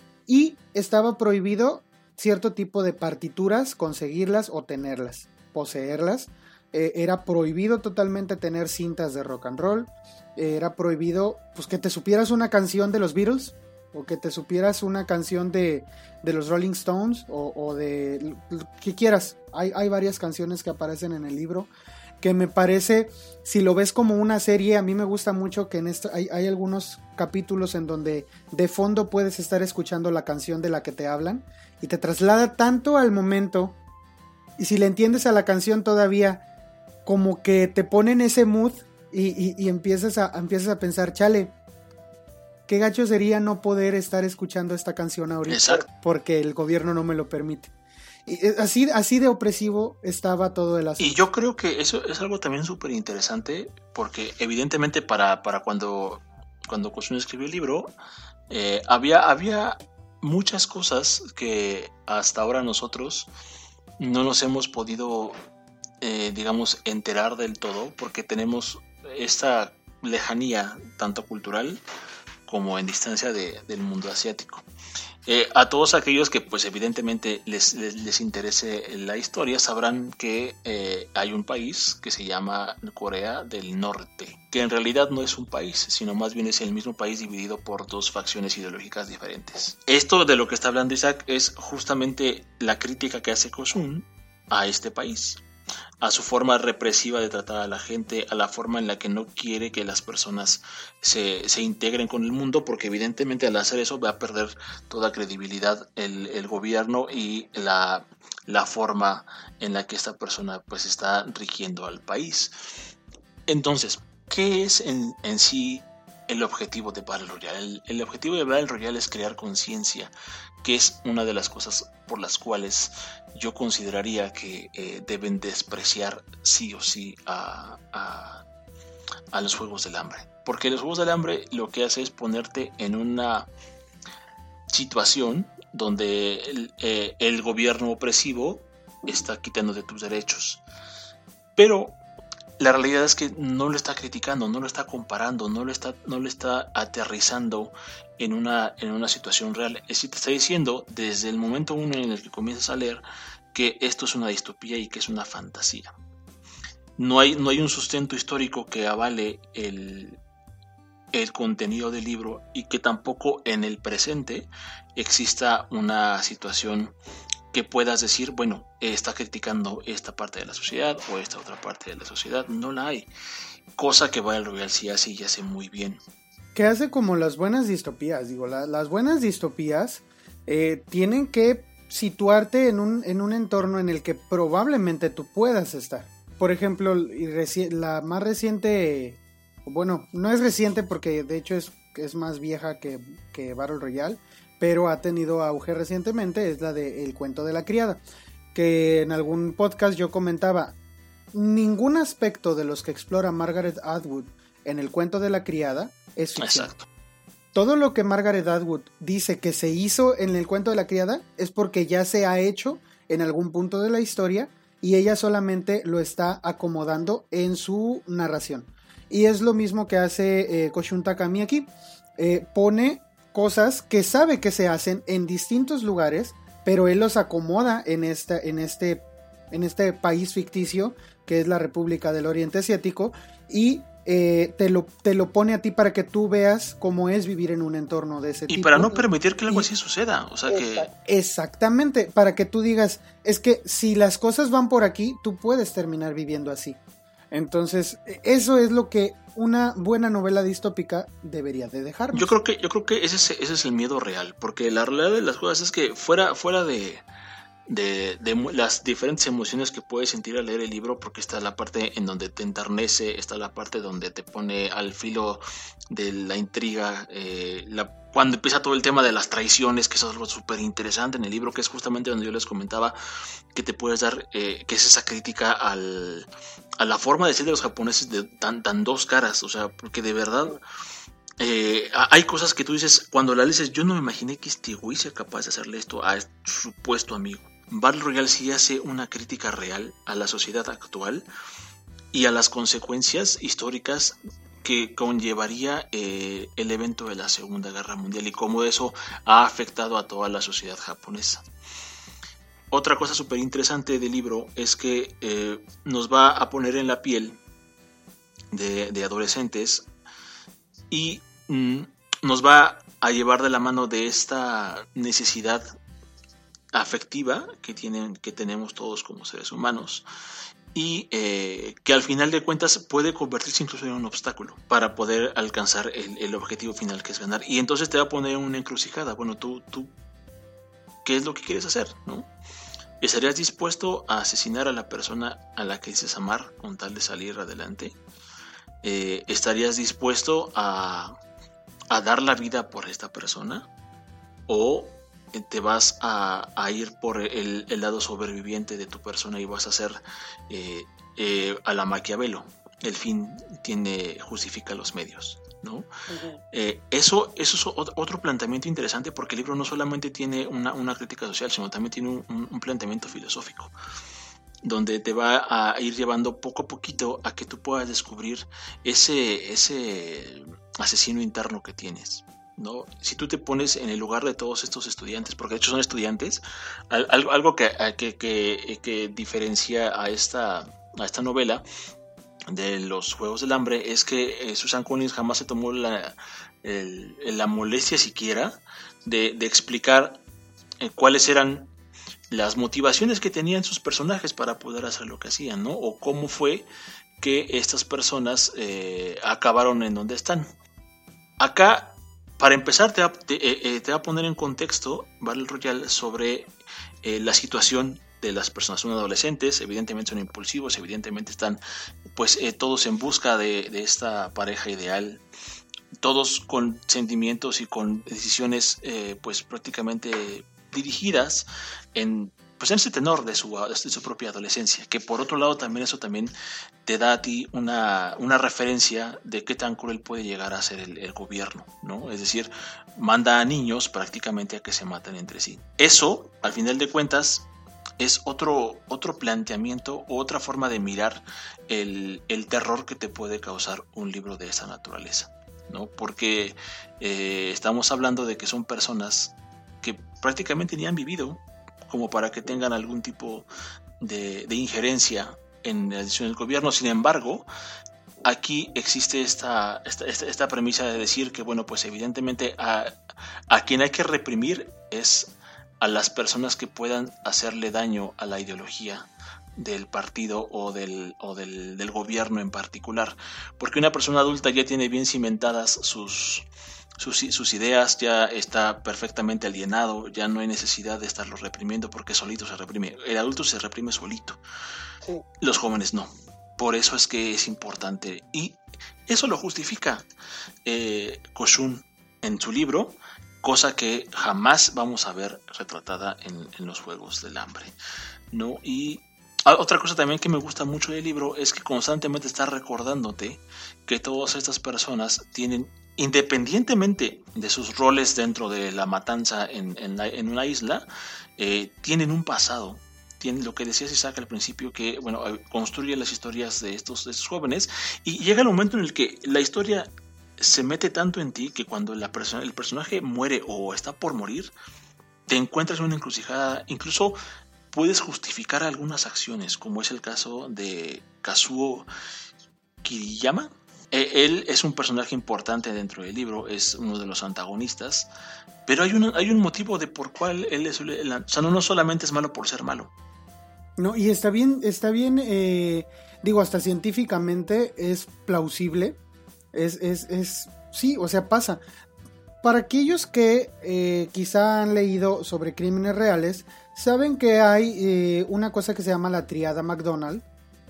Y estaba prohibido cierto tipo de partituras, conseguirlas o tenerlas, poseerlas. Eh, era prohibido totalmente tener cintas de rock and roll. Eh, era prohibido pues, que te supieras una canción de los Beatles o que te supieras una canción de, de los Rolling Stones o, o de lo que quieras. Hay, hay varias canciones que aparecen en el libro que me parece, si lo ves como una serie, a mí me gusta mucho que en esto hay, hay algunos capítulos en donde de fondo puedes estar escuchando la canción de la que te hablan y te traslada tanto al momento, y si le entiendes a la canción todavía, como que te pone en ese mood y, y, y empiezas, a, empiezas a pensar, chale, qué gacho sería no poder estar escuchando esta canción ahorita. Exacto. Porque el gobierno no me lo permite. Y así, así de opresivo estaba todo el asunto. Y yo creo que eso es algo también súper interesante, porque evidentemente para, para cuando, cuando Kusun escribió el libro, eh, había, había muchas cosas que hasta ahora nosotros no nos hemos podido, eh, digamos, enterar del todo, porque tenemos esta lejanía, tanto cultural como en distancia de, del mundo asiático. Eh, a todos aquellos que pues evidentemente les, les, les interese la historia sabrán que eh, hay un país que se llama Corea del Norte, que en realidad no es un país, sino más bien es el mismo país dividido por dos facciones ideológicas diferentes. Esto de lo que está hablando Isaac es justamente la crítica que hace Kusun a este país, a su forma represiva de tratar a la gente, a la forma en la que no quiere que las personas se, se integren con el mundo, porque evidentemente al hacer eso va a perder toda credibilidad el, el gobierno y la, la forma en la que esta persona pues está rigiendo al país. Entonces, ¿qué es en, en sí el objetivo de Battle Royale. El, el objetivo de Battle Royale es crear conciencia, que es una de las cosas por las cuales yo consideraría que eh, deben despreciar sí o sí a, a, a los Juegos del Hambre. Porque los Juegos del Hambre lo que hace es ponerte en una situación donde el, eh, el gobierno opresivo está quitándote tus derechos. Pero la realidad es que no lo está criticando, no lo está comparando, no lo está, no lo está aterrizando en una, en una situación real. Es decir, te está diciendo desde el momento uno en el que comienzas a leer que esto es una distopía y que es una fantasía. No hay, no hay un sustento histórico que avale el, el contenido del libro, y que tampoco en el presente exista una situación que puedas decir, bueno, está criticando esta parte de la sociedad o esta otra parte de la sociedad. No la hay. Cosa que Battle Royale sí hace y hace muy bien. Que hace como las buenas distopías. Digo, la, las buenas distopías eh, tienen que situarte en un, en un entorno en el que probablemente tú puedas estar. Por ejemplo, la más reciente, bueno, no es reciente porque de hecho es, es más vieja que, que Battle Royale, pero ha tenido auge recientemente, es la de El cuento de la criada, que en algún podcast yo comentaba, ningún aspecto de los que explora Margaret Atwood en El cuento de la criada es ficción. Exacto. Todo lo que Margaret Atwood dice que se hizo en El cuento de la criada es porque ya se ha hecho en algún punto de la historia y ella solamente lo está acomodando en su narración. Y es lo mismo que hace eh, Koshun Takami aquí. Eh, pone cosas que sabe que se hacen en distintos lugares, pero él los acomoda en, esta, en, este, en este país ficticio que es la República del Oriente Asiático, y eh, te, lo, te lo pone a ti para que tú veas cómo es vivir en un entorno de ese y tipo. Y para no permitir que algo y, así suceda. O sea que... Exactamente, para que tú digas, es que si las cosas van por aquí, tú puedes terminar viviendo así. Entonces, eso es lo que una buena novela distópica debería de dejarnos. Yo creo que, yo creo que ese es, ese es el miedo real, porque la realidad de las cosas es que fuera, fuera de, de, de las diferentes emociones que puedes sentir al leer el libro, porque está la parte en donde te enternece, está la parte donde te pone al filo de la intriga, eh, la cuando empieza todo el tema de las traiciones, que eso es algo súper interesante en el libro, que es justamente donde yo les comentaba que te puedes dar, eh, que es esa crítica al, a la forma de ser de los japoneses de tan, tan dos caras, o sea, porque de verdad eh, hay cosas que tú dices, cuando la lees, yo no me imaginé que este güey sea capaz de hacerle esto a su supuesto amigo. Battle Royale sí hace una crítica real a la sociedad actual y a las consecuencias históricas que conllevaría eh, el evento de la Segunda Guerra Mundial y cómo eso ha afectado a toda la sociedad japonesa. Otra cosa súper interesante del libro es que eh, nos va a poner en la piel de, de adolescentes y mm, nos va a llevar de la mano de esta necesidad afectiva que, tienen, que tenemos todos como seres humanos, y eh, que al final de cuentas puede convertirse incluso en un obstáculo para poder alcanzar el, el objetivo final, que es ganar. Y entonces te va a poner en una encrucijada. Bueno, tú, tú, ¿qué es lo que quieres hacer, no? ¿Estarías dispuesto a asesinar a la persona a la que dices amar con tal de salir adelante? Eh, ¿Estarías dispuesto a, a dar la vida por esta persona? ¿O te vas a, a ir por el, el lado sobreviviente de tu persona y vas a hacer eh, eh, a la Maquiavelo? El fin tiene, justifica los medios, ¿no? Uh-huh. Eh, eso, eso es otro planteamiento interesante, porque el libro no solamente tiene una, una crítica social, sino también tiene un, un, un planteamiento filosófico, donde te va a ir llevando poco a poquito a que tú puedas descubrir ese, ese asesino interno que tienes, ¿no? Si tú te pones en el lugar de todos estos estudiantes, porque de hecho son estudiantes, algo, algo que, que, que, que diferencia a esta, a esta novela de los Juegos del Hambre es que eh, Susan Collins jamás se tomó la, el, la molestia siquiera de, de explicar eh, cuáles eran las motivaciones que tenían sus personajes para poder hacer lo que hacían, ¿no? O cómo fue que estas personas eh, acabaron en donde están. Acá, para empezar, te va, te, eh, te va a poner en contexto Battle Royale sobre eh, la situación de las personas. Son adolescentes, evidentemente son impulsivos, evidentemente están pues eh, todos en busca de, de esta pareja ideal, todos con sentimientos y con decisiones eh, pues prácticamente dirigidas en pues en ese tenor de su, de su propia adolescencia, que por otro lado también eso también te da a ti una, una referencia de qué tan cruel puede llegar a ser el, el gobierno, ¿no? Es decir, manda a niños prácticamente a que se maten entre sí. Eso, al final de cuentas, es otro, otro planteamiento, otra forma de mirar el, el terror que te puede causar un libro de esa naturaleza, ¿no? Porque eh, estamos hablando de que son personas que prácticamente ni han vivido como para que tengan algún tipo de, de injerencia en la decisión del gobierno. Sin embargo, aquí existe esta, esta, esta, esta premisa de decir que, bueno, pues evidentemente a, a quien hay que reprimir es a las personas que puedan hacerle daño a la ideología del partido o del, o del, del gobierno en particular. Porque una persona adulta ya tiene bien cimentadas sus... Sus, sus ideas, ya está perfectamente alienado, ya no hay necesidad de estarlo reprimiendo porque solito se reprime. El adulto se reprime solito, sí. Los jóvenes no. Por eso es que es importante, y eso lo justifica eh, Koshun en su libro, cosa que jamás vamos a ver retratada en, en los Juegos del Hambre, ¿no? Y otra cosa también que me gusta mucho del libro es que constantemente está recordándote que todas estas personas tienen, independientemente de sus roles dentro de la matanza en, en, la, en una isla, eh, tienen un pasado. Tienen lo que decías, Isaac, al principio, que bueno, construye las historias de estos, de estos jóvenes, y llega el momento en el que la historia se mete tanto en ti que cuando la persona, el personaje muere o está por morir, te encuentras en una encrucijada. Incluso puedes justificar algunas acciones, como es el caso de Kazuo Kiriyama. Él es un personaje importante dentro del libro, es uno de los antagonistas, pero hay un, hay un motivo de por cuál él es, el, o sea, no, no solamente es malo por ser malo. No, y está bien, está bien, eh, digo, hasta científicamente es plausible, es, es, es, sí, o sea, pasa. Para aquellos que eh, quizá han leído sobre crímenes reales, saben que hay eh, una cosa que se llama la triada McDonald,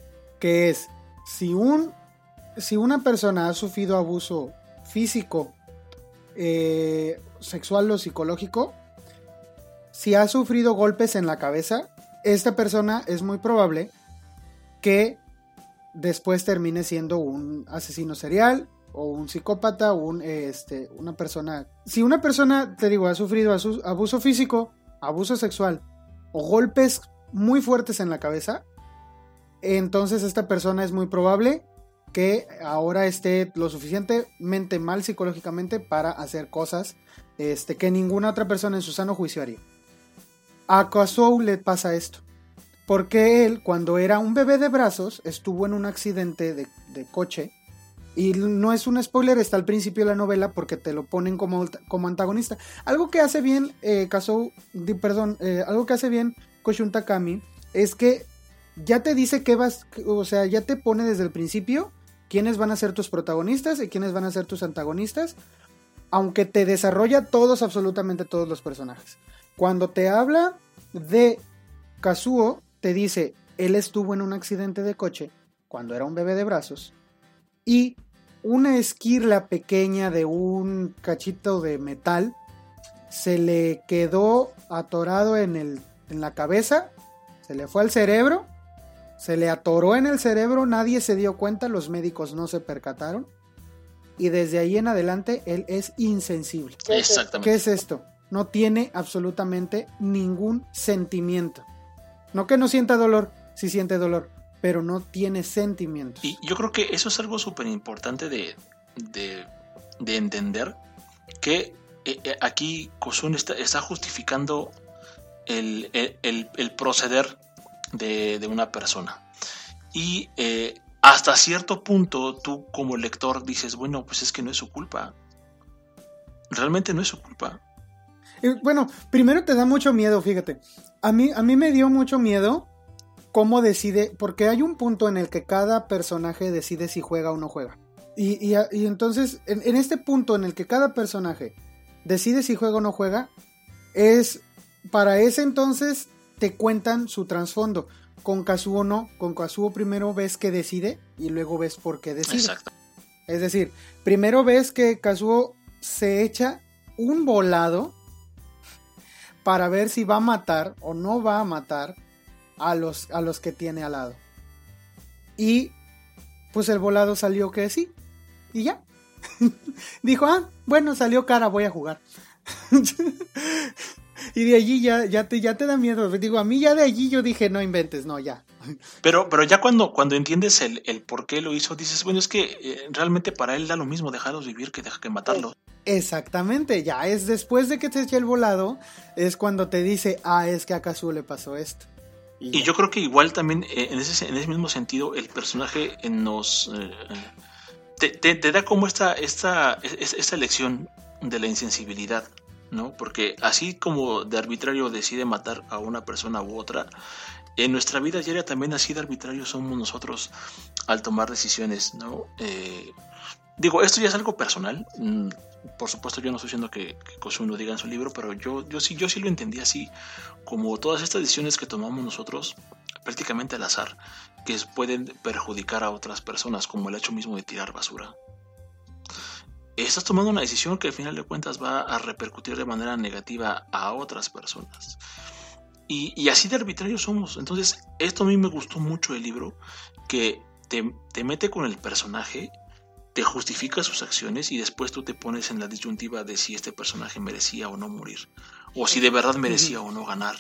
que es, si un Si una persona ha sufrido abuso físico, eh, sexual o psicológico, si ha sufrido golpes en la cabeza, esta persona es muy probable que después termine siendo un asesino serial o un psicópata o un, este, una persona... Si una persona, te digo, ha sufrido abuso físico, abuso sexual o golpes muy fuertes en la cabeza, entonces esta persona es muy probable que ahora esté lo suficientemente mal psicológicamente para hacer cosas este, que ninguna otra persona en su sano juicio haría. A Kazuo le pasa esto, porque él, cuando era un bebé de brazos, estuvo en un accidente de, de coche, y no es un spoiler, está al principio de la novela porque te lo ponen como, como antagonista. Algo que hace bien eh, Kazuo, perdón, eh, algo que hace bien Koshun Takami es que ya te dice que vas, o sea, ya te pone desde el principio quiénes van a ser tus protagonistas y quiénes van a ser tus antagonistas, aunque te desarrolla todos, absolutamente todos los personajes. Cuando te habla de Kazuo, te dice, él estuvo en un accidente de coche cuando era un bebé de brazos, y una esquirla pequeña de un cachito de metal se le quedó atorado en, el, en la cabeza, se le fue al cerebro, se le atoró en el cerebro, nadie se dio cuenta, los médicos no se percataron, y desde ahí en adelante él es insensible. Exactamente. ¿Qué es esto? No tiene absolutamente ningún sentimiento. No que no sienta dolor, sí siente dolor, pero no tiene sentimientos. Y yo creo que eso es algo súper importante de, de, de entender, que eh, aquí Koshun está, está justificando el, el, el, el proceder De, de una persona, y eh, hasta cierto punto tú como lector dices, bueno, pues es que no es su culpa, realmente no es su culpa. Eh, bueno, primero te da mucho miedo, fíjate, a mí, a mí me dio mucho miedo cómo decide, porque hay un punto en el que cada personaje decide si juega o no juega, y, y, y entonces en, en este punto en el que cada personaje decide si juega o no juega, es para ese entonces te cuentan su trasfondo. Con Kazuo no, con Kazuo primero ves que decide y luego ves por qué decide. Exacto. Es decir, primero ves que Kazuo se echa un volado para ver si va a matar o no va a matar a los, a los que tiene al lado. Y pues el volado salió que sí. Y ya. Dijo, ah, bueno, salió cara, voy a jugar. Y de allí ya, ya, te, ya te da miedo. Digo, a mí ya de allí yo dije, no inventes, no, ya. Pero, pero ya cuando, cuando entiendes el, el por qué lo hizo, dices, bueno, es que eh, realmente para él da lo mismo dejarlos vivir que, que matarlos. Exactamente, ya es después de que te eche el volado, es cuando te dice, ah, es que a Kazuo le pasó esto. Y, y yo creo que igual también, eh, en, ese, en ese mismo sentido, el personaje nos... Eh, te, te, te da como esta, esta, esta lección de la insensibilidad, ¿no? Porque así como de arbitrario decide matar a una persona u otra, en nuestra vida diaria también así de arbitrario somos nosotros al tomar decisiones, ¿no? Eh, digo, esto ya es algo personal. Por supuesto, yo no estoy diciendo que, que Kosuno lo diga en su libro, pero yo, yo, sí, yo sí lo entendí así, como todas estas decisiones que tomamos nosotros prácticamente al azar, que pueden perjudicar a otras personas, como el hecho mismo de tirar basura. Estás tomando una decisión que al final de cuentas va a repercutir de manera negativa a otras personas. Y, y así de arbitrario somos. Entonces, esto a mí me gustó mucho del libro, que te, te mete con el personaje, te justifica sus acciones y después tú te pones en la disyuntiva de si este personaje merecía o no morir, o si de verdad merecía o no ganar,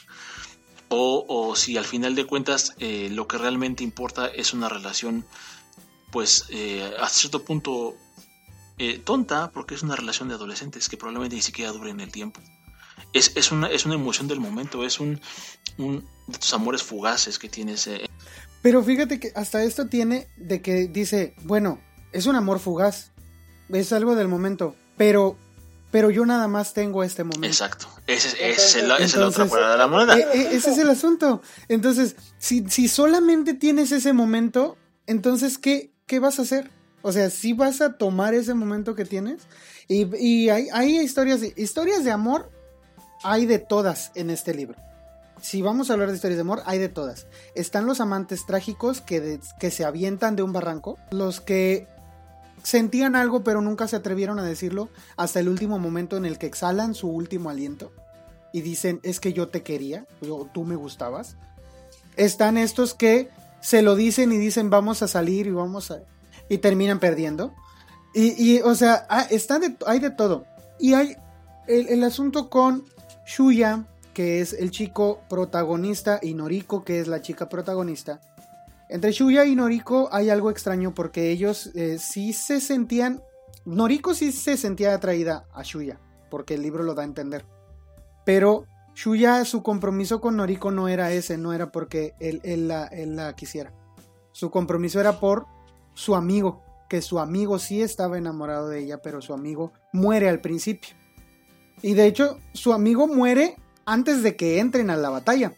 o, o si al final de cuentas eh, lo que realmente importa es una relación, pues eh, a cierto punto eh, tonta, porque es una relación de adolescentes que probablemente ni siquiera dure en el tiempo. Es, es, una, es una emoción del momento, es un, un de tus amores fugaces que tienes. Eh. Pero fíjate que hasta esto tiene de que dice, bueno, es un amor fugaz, es algo del momento, pero, pero yo nada más tengo este momento. Exacto, ese, ese es el, ese es el otro fuera de la moneda. Eh, eh, ese es el asunto. Entonces, si, si solamente tienes ese momento, entonces, ¿qué, qué vas a hacer? O sea, ¿sí vas a tomar ese momento que tienes? Y, y hay, hay historias, de, historias de amor, hay de todas en este libro. Si vamos a hablar de historias de amor, hay de todas. Están los amantes trágicos que, de, que se avientan de un barranco, los que sentían algo pero nunca se atrevieron a decirlo hasta el último momento en el que exhalan su último aliento y dicen, es que yo te quería, o tú me gustabas. Están estos que se lo dicen y dicen, vamos a salir y vamos a... y terminan perdiendo. Y, y o sea, está de, hay de todo. Y hay el, el asunto con Shuya, que es el chico protagonista, y Noriko, que es la chica protagonista. Entre Shuya y Noriko hay algo extraño porque ellos eh, sí se sentían... Noriko sí se sentía atraída a Shuya, porque el libro lo da a entender. Pero Shuya, su compromiso con Noriko no era ese, no era porque él, él, la, él la quisiera. Su compromiso era por su amigo, que su amigo sí estaba enamorado de ella, pero su amigo muere al principio. Y de hecho, su amigo muere antes de que entren a la batalla.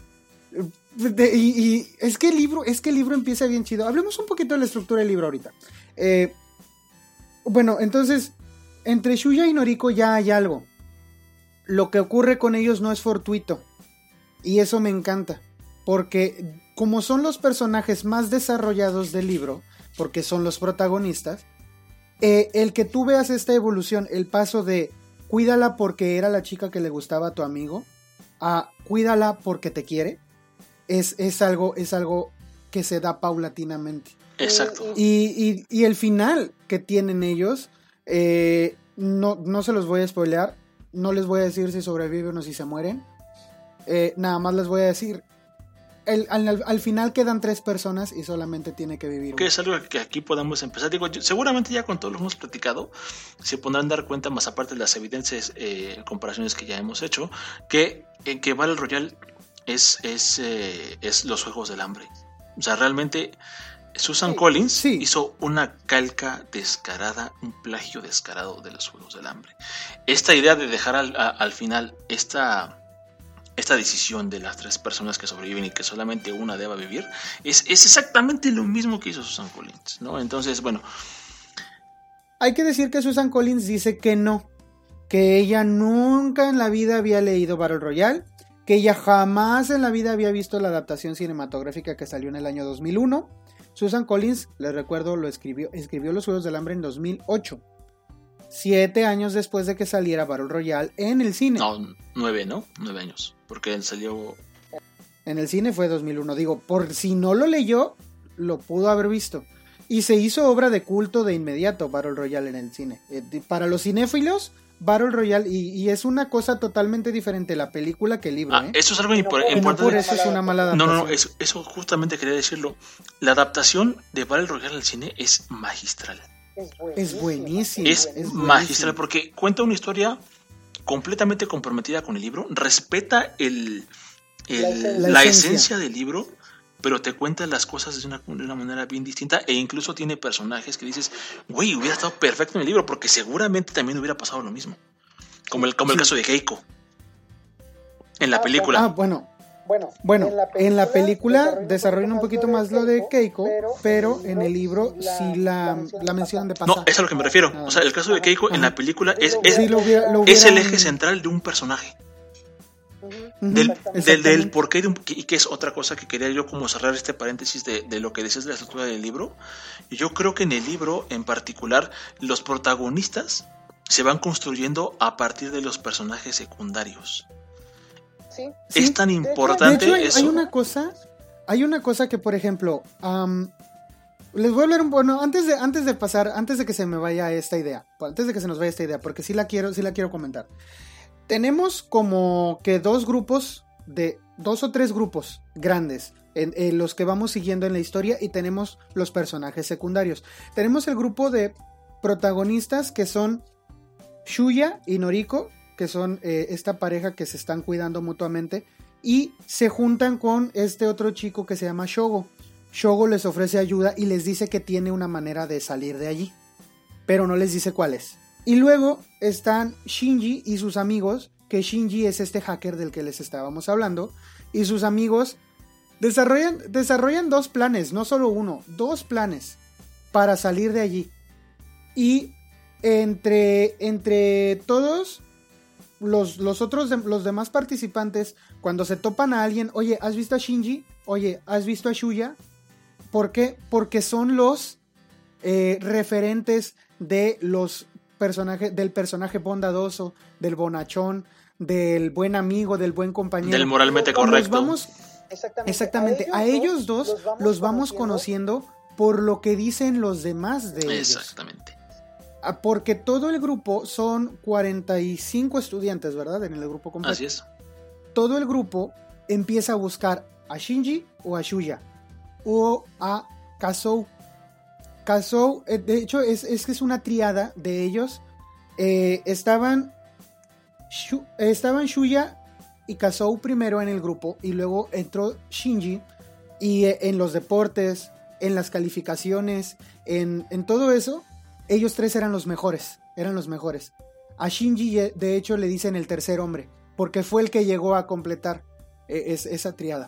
De, y, y es que el libro, es que el libro empieza bien chido. Hablemos un poquito de la estructura del libro ahorita. Eh, bueno, entonces, entre Shuya y Noriko ya hay algo. Lo que ocurre con ellos no es fortuito. Y eso me encanta. Porque como son los personajes más desarrollados del libro, porque son los protagonistas, eh, el que tú veas esta evolución, el paso de cuídala porque era la chica que le gustaba a tu amigo, a cuídala porque te quiere, es, es, algo, es algo que se da paulatinamente. Exacto. Y, y, y el final que tienen ellos, eh, no, no se los voy a spoilear, no les voy a decir si sobreviven o si se mueren, eh, nada más les voy a decir, el, al, al final quedan tres personas y solamente tiene que vivir. Que es algo que aquí podemos empezar. Digo, yo, seguramente ya con todo lo que hemos platicado, se podrán dar cuenta, más aparte de las evidentes eh, comparaciones que ya hemos hecho, que en que Battle Royale es, es, eh, es los Juegos del Hambre. O sea, realmente Susan sí, Collins sí. hizo una calca descarada, un plagio descarado de los Juegos del Hambre. Esta idea de dejar al, a, al final esta... esta decisión de las tres personas que sobreviven y que solamente una deba vivir, es, es exactamente lo mismo que hizo Susan Collins, ¿no? Entonces, bueno. Hay que decir que Susan Collins dice que no, que ella nunca en la vida había leído Battle Royale, que ella jamás en la vida había visto la adaptación cinematográfica que salió en el año dos mil uno, Susan Collins, les recuerdo, lo escribió, escribió Los Juegos del Hambre en dos mil ocho. Siete años después de que saliera Battle Royale en el cine. No, nueve, ¿no? Nueve años. Porque él salió... En el cine fue dos mil uno. Digo, por si no lo leyó, lo pudo haber visto. Y se hizo obra de culto de inmediato Battle Royale en el cine. Eh, para los cinéfilos, Battle Royale, y, y es una cosa totalmente diferente la película que el libro. Ah, ¿eh? Eso es algo importante. No por eso es una mala adaptación. No, no, no, eso, eso justamente quería decirlo. La adaptación de Battle Royale al cine es magistral. Es buenísimo. Es, es magistral porque cuenta una historia completamente comprometida con el libro, respeta el, el, la, esencia. la esencia del libro, pero te cuenta las cosas de una, de una manera bien distinta, e incluso tiene personajes que dices, güey, hubiera estado perfecto en el libro, porque seguramente también hubiera pasado lo mismo. Como el, como sí. el caso de Keiko en la película. Ah, bueno. Bueno, bueno, en la película, en la película desarrollan un poquito más lo de Keiko, pero en el libro sí la, la mencionan de pasada. No, es a lo que me refiero. O sea, el caso de Keiko en la película es, es, sí, lo hubiera, lo hubieran... es el eje central de un personaje. Uh-huh. Del, del, del porqué de un, y que es otra cosa que quería yo como cerrar este paréntesis de, de lo que decías de la estructura del libro. Yo creo que en el libro en particular los protagonistas se van construyendo a partir de los personajes secundarios. Sí. Es sí. tan importante de hecho, hay, eso. Hay una cosa, hay una cosa que, por ejemplo, um, les voy a hablar un bueno antes de antes de pasar, antes de que se me vaya esta idea, antes de que se nos vaya esta idea, porque sí la quiero, sí la quiero comentar. Tenemos como que dos grupos de dos o tres grupos grandes en, en los que vamos siguiendo en la historia y tenemos los personajes secundarios. Tenemos el grupo de protagonistas que son Shuya y Noriko, que son eh, esta pareja que se están cuidando mutuamente y se juntan con este otro chico que se llama Shogo. Shogo les ofrece ayuda y les dice que tiene una manera de salir de allí, pero no les dice cuál es. Y luego están Shinji y sus amigos, que Shinji es este hacker del que les estábamos hablando, y sus amigos desarrollan, desarrollan dos planes, no solo uno, dos planes para salir de allí. Y entre, entre todos Los, los otros, de, los demás participantes, cuando se topan a alguien, oye, ¿has visto a Shinji? Oye, ¿has visto a Shuya? ¿Por qué? Porque son los eh, referentes de los personajes, del personaje bondadoso, del bonachón, del buen amigo, del buen compañero. Del moralmente correcto. Los vamos, exactamente, exactamente. A ellos dos los vamos, los vamos conociendo, conociendo por lo que dicen los demás de ellos. Exactamente. Porque todo el grupo son cuarenta y cinco estudiantes, ¿verdad? En el grupo completo. Así es. Todo el grupo empieza a buscar a Shinji o a Shuya o a Kazou. Kazou, de hecho, es, es que es una triada de ellos. Eh, estaban, Shu, estaban Shuya y Kazou primero en el grupo y luego entró Shinji y eh, en los deportes, en las calificaciones, en, en todo eso. Ellos tres eran los mejores, eran los mejores. A Shinji, de hecho, le dicen el tercer hombre, porque fue el que llegó a completar eh, es, esa triada.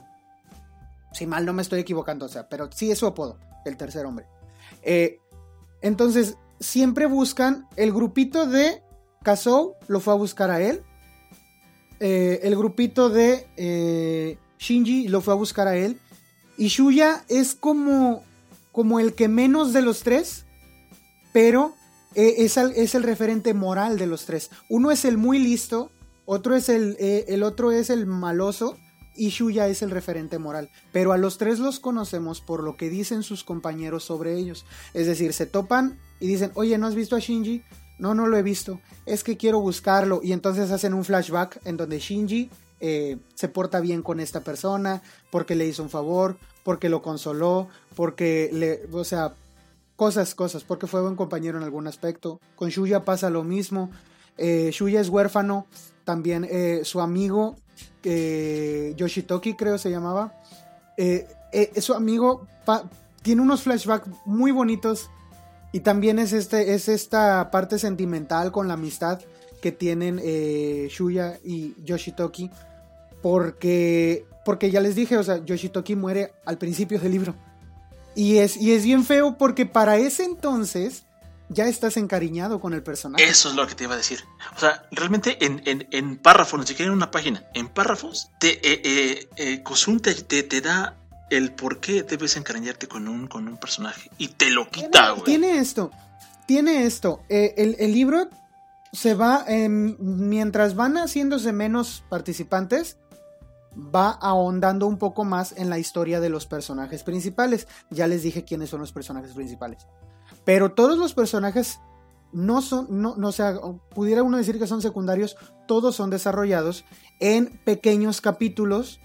Si mal no me estoy equivocando, o sea, pero sí es su apodo, el tercer hombre. Eh, entonces, siempre buscan, el grupito de Kazou lo fue a buscar a él, eh, el grupito de eh, Shinji lo fue a buscar a él, y Shuya es como, como el que menos de los tres, pero eh, es, el, es el referente moral de los tres. Uno es el muy listo, otro es el, eh, el otro es el maloso y Shuya es el referente moral. Pero a los tres los conocemos por lo que dicen sus compañeros sobre ellos. Es decir, se topan y dicen, oye, ¿no has visto a Shinji? No, no lo he visto. Es que quiero buscarlo. Y entonces hacen un flashback en donde Shinji eh, se porta bien con esta persona porque le hizo un favor, porque lo consoló, porque le, o sea... Cosas, cosas, porque fue buen compañero en algún aspecto. Con Shuya pasa lo mismo. Eh, Shuya es huérfano. También eh, su amigo, eh, Yoshitoki creo se llamaba. Eh, eh, su amigo pa- tiene unos flashbacks muy bonitos. Y también es, este, es esta parte sentimental con la amistad que tienen eh, Shuya y Yoshitoki. Porque, porque ya les dije, o sea, Yoshitoki muere al principio del libro. Y es, y es bien feo porque para ese entonces ya estás encariñado con el personaje. Eso es lo que te iba a decir. O sea, realmente en, en, en párrafos, ni siquiera en una página, en párrafos, te, eh, eh, eh, Kosun te, te, te da el por qué debes encariñarte con un, con un personaje. Y te lo quita, güey. Tiene esto, tiene esto. Eh, el, el libro se va, eh, mientras van haciéndose menos participantes, va ahondando un poco más en la historia de los personajes principales. Ya les dije quiénes son los personajes principales. Pero todos los personajes no son, no, no, o sea, pudiera uno decir que son secundarios, todos son desarrollados en pequeños capítulos,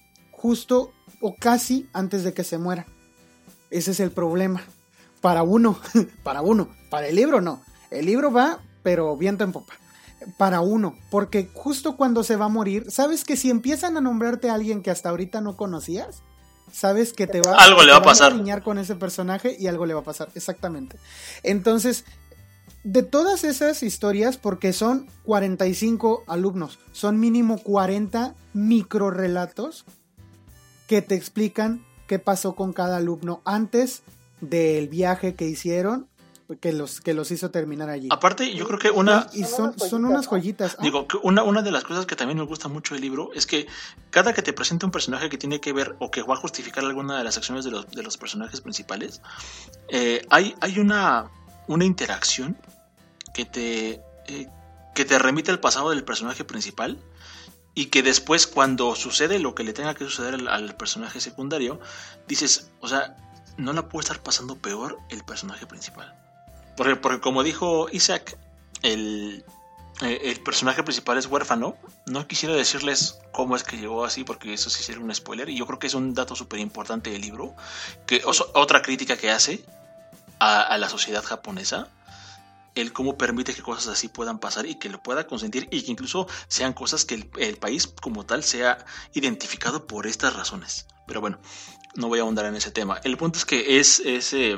justo o casi antes de que se mueran. Ese es el problema. Para uno, para uno, para el libro no. El libro va, pero viento en popa. Para uno, porque justo cuando se va a morir, sabes que si empiezan a nombrarte a alguien que hasta ahorita no conocías, sabes que te va, algo que le va a pasar. A alinear con ese personaje y algo le va a pasar, exactamente. Entonces, de todas esas historias, porque son cuarenta y cinco alumnos, son mínimo cuarenta microrelatos que te explican qué pasó con cada alumno antes del viaje que hicieron, que los, que los hizo terminar allí. Aparte, yo creo que una... Y son, son unas joyitas. ¿Ah? Digo, que una, una de las cosas que también me gusta mucho del libro es que cada que te presenta un personaje que tiene que ver o que va a justificar alguna de las acciones de los, de los personajes principales, eh, hay, hay una, una interacción que te, eh, que te remite al pasado del personaje principal y que después, cuando sucede lo que le tenga que suceder al, al personaje secundario, dices, o sea, no la puede estar pasando peor el personaje principal. Porque, porque como dijo Isaac, el, el personaje principal es huérfano. No quisiera decirles cómo es que llegó así, porque eso sí sería un spoiler. Y yo creo que es un dato súper importante del libro. Que, o, otra crítica que hace a, a la sociedad japonesa. El cómo permite que cosas así puedan pasar y que lo pueda consentir. Y que incluso sean cosas que el, el país como tal sea identificado por estas razones. Pero bueno, no voy a ahondar en ese tema. El punto es que es... es eh,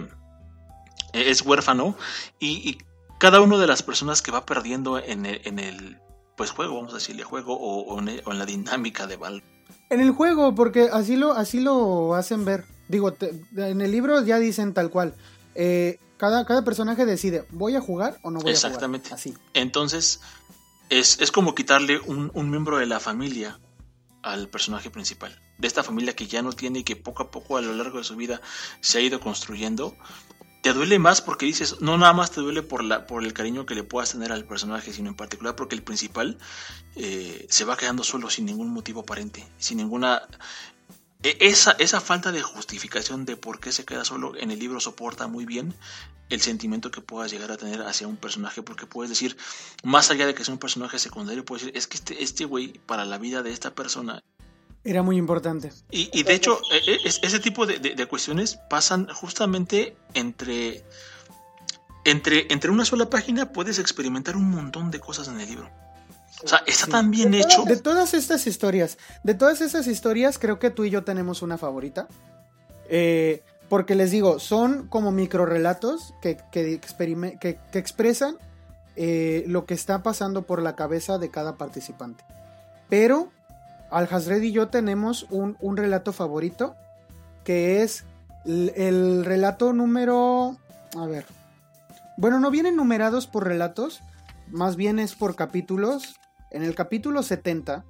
es huérfano y, y cada una de las personas que va perdiendo en el, en el pues juego, vamos a decirle juego o, o, en, el, o en la dinámica de Valve. En el juego, porque así lo, así lo hacen ver. Digo, te, en el libro ya dicen tal cual. Eh, cada, cada personaje decide, ¿voy a jugar o no voy Exactamente. a jugar? Así. Entonces, es, es como quitarle un, un miembro de la familia al personaje principal. De esta familia que ya no tiene y que poco a poco a lo largo de su vida se ha ido construyendo. Te duele más porque dices, no nada más te duele por la por el cariño que le puedas tener al personaje, sino en particular porque el principal eh, se va quedando solo sin ningún motivo aparente, sin ninguna... Esa, esa falta de justificación de por qué se queda solo en el libro soporta muy bien el sentimiento que puedas llegar a tener hacia un personaje, porque puedes decir, más allá de que sea un personaje secundario, puedes decir, es que este este güey para la vida de esta persona era muy importante. Y, y de hecho, es, ese tipo de, de, de cuestiones pasan justamente entre, entre, entre una sola página. Puedes experimentar un montón de cosas en el libro. O sea, está sí. tan bien de hecho. De todas estas historias, de todas esas historias, creo que tú y yo tenemos una favorita. Eh, porque les digo, son como microrelatos que, que, experime- que, que expresan eh, lo que está pasando por la cabeza de cada participante. Pero Alhazred y yo tenemos un, un relato favorito, que es el, el relato número... A ver. Bueno, no vienen numerados por relatos, más bien es por capítulos. En el capítulo setenta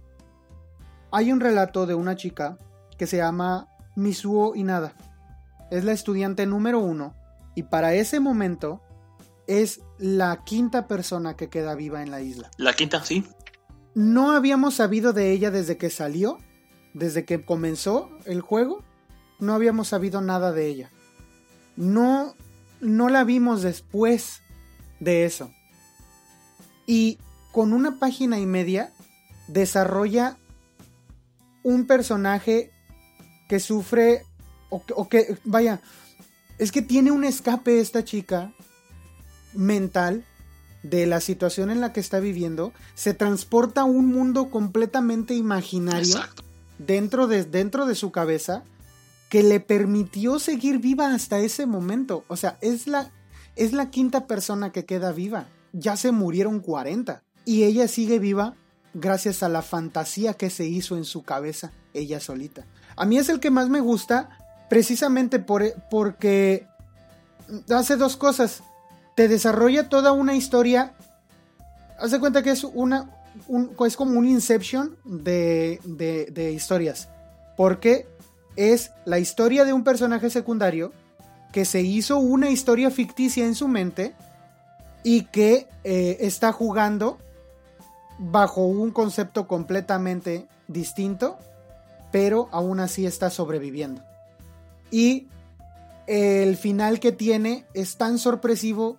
hay un relato de una chica que se llama Mizuo Inada. Es la estudiante número uno y para ese momento es la quinta persona que queda viva en la isla. La quinta, sí. No habíamos sabido de ella desde que salió, desde que comenzó el juego, no habíamos sabido nada de ella. No, no la vimos después de eso. Y con una página y media desarrolla un personaje que sufre, o, o que, vaya, es que tiene un escape esta chica mental de la situación en la que está viviendo, se transporta a un mundo completamente imaginario. Exacto. dentro de, dentro de su cabeza que le permitió seguir viva hasta ese momento. O sea, es la, es la quinta persona que queda viva. Ya se murieron cuarenta y ella sigue viva gracias a la fantasía que se hizo en su cabeza, ella solita. A mí es el que más me gusta precisamente por, porque hace dos cosas. Te desarrolla toda una historia. Haz de cuenta que es una un, es como un Inception de, de, de historias. Porque es la historia de un personaje secundario que se hizo una historia ficticia en su mente y que eh, está jugando bajo un concepto completamente distinto, pero aún así está sobreviviendo. Y el final que tiene es tan sorpresivo.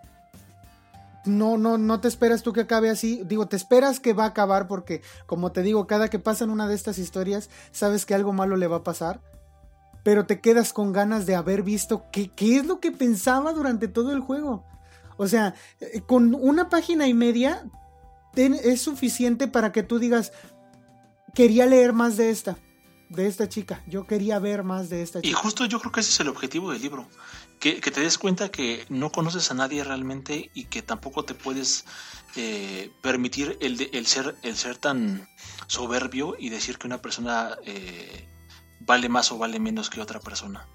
No, no, no te esperas tú que acabe así. Digo, te esperas que va a acabar porque, como te digo, cada que pasan una de estas historias, sabes que algo malo le va a pasar. Pero te quedas con ganas de haber visto qué, qué es lo que pensaba durante todo el juego. O sea, con una página y media ten, es suficiente para que tú digas, quería leer más de esta, de esta chica. Yo quería ver más de esta chica. Y justo yo creo que ese es el objetivo del libro. Que, que te des cuenta que no conoces a nadie realmente y que tampoco te puedes eh, permitir el, de, el, ser, el ser tan soberbio y decir que una persona eh, vale más o vale menos que otra persona.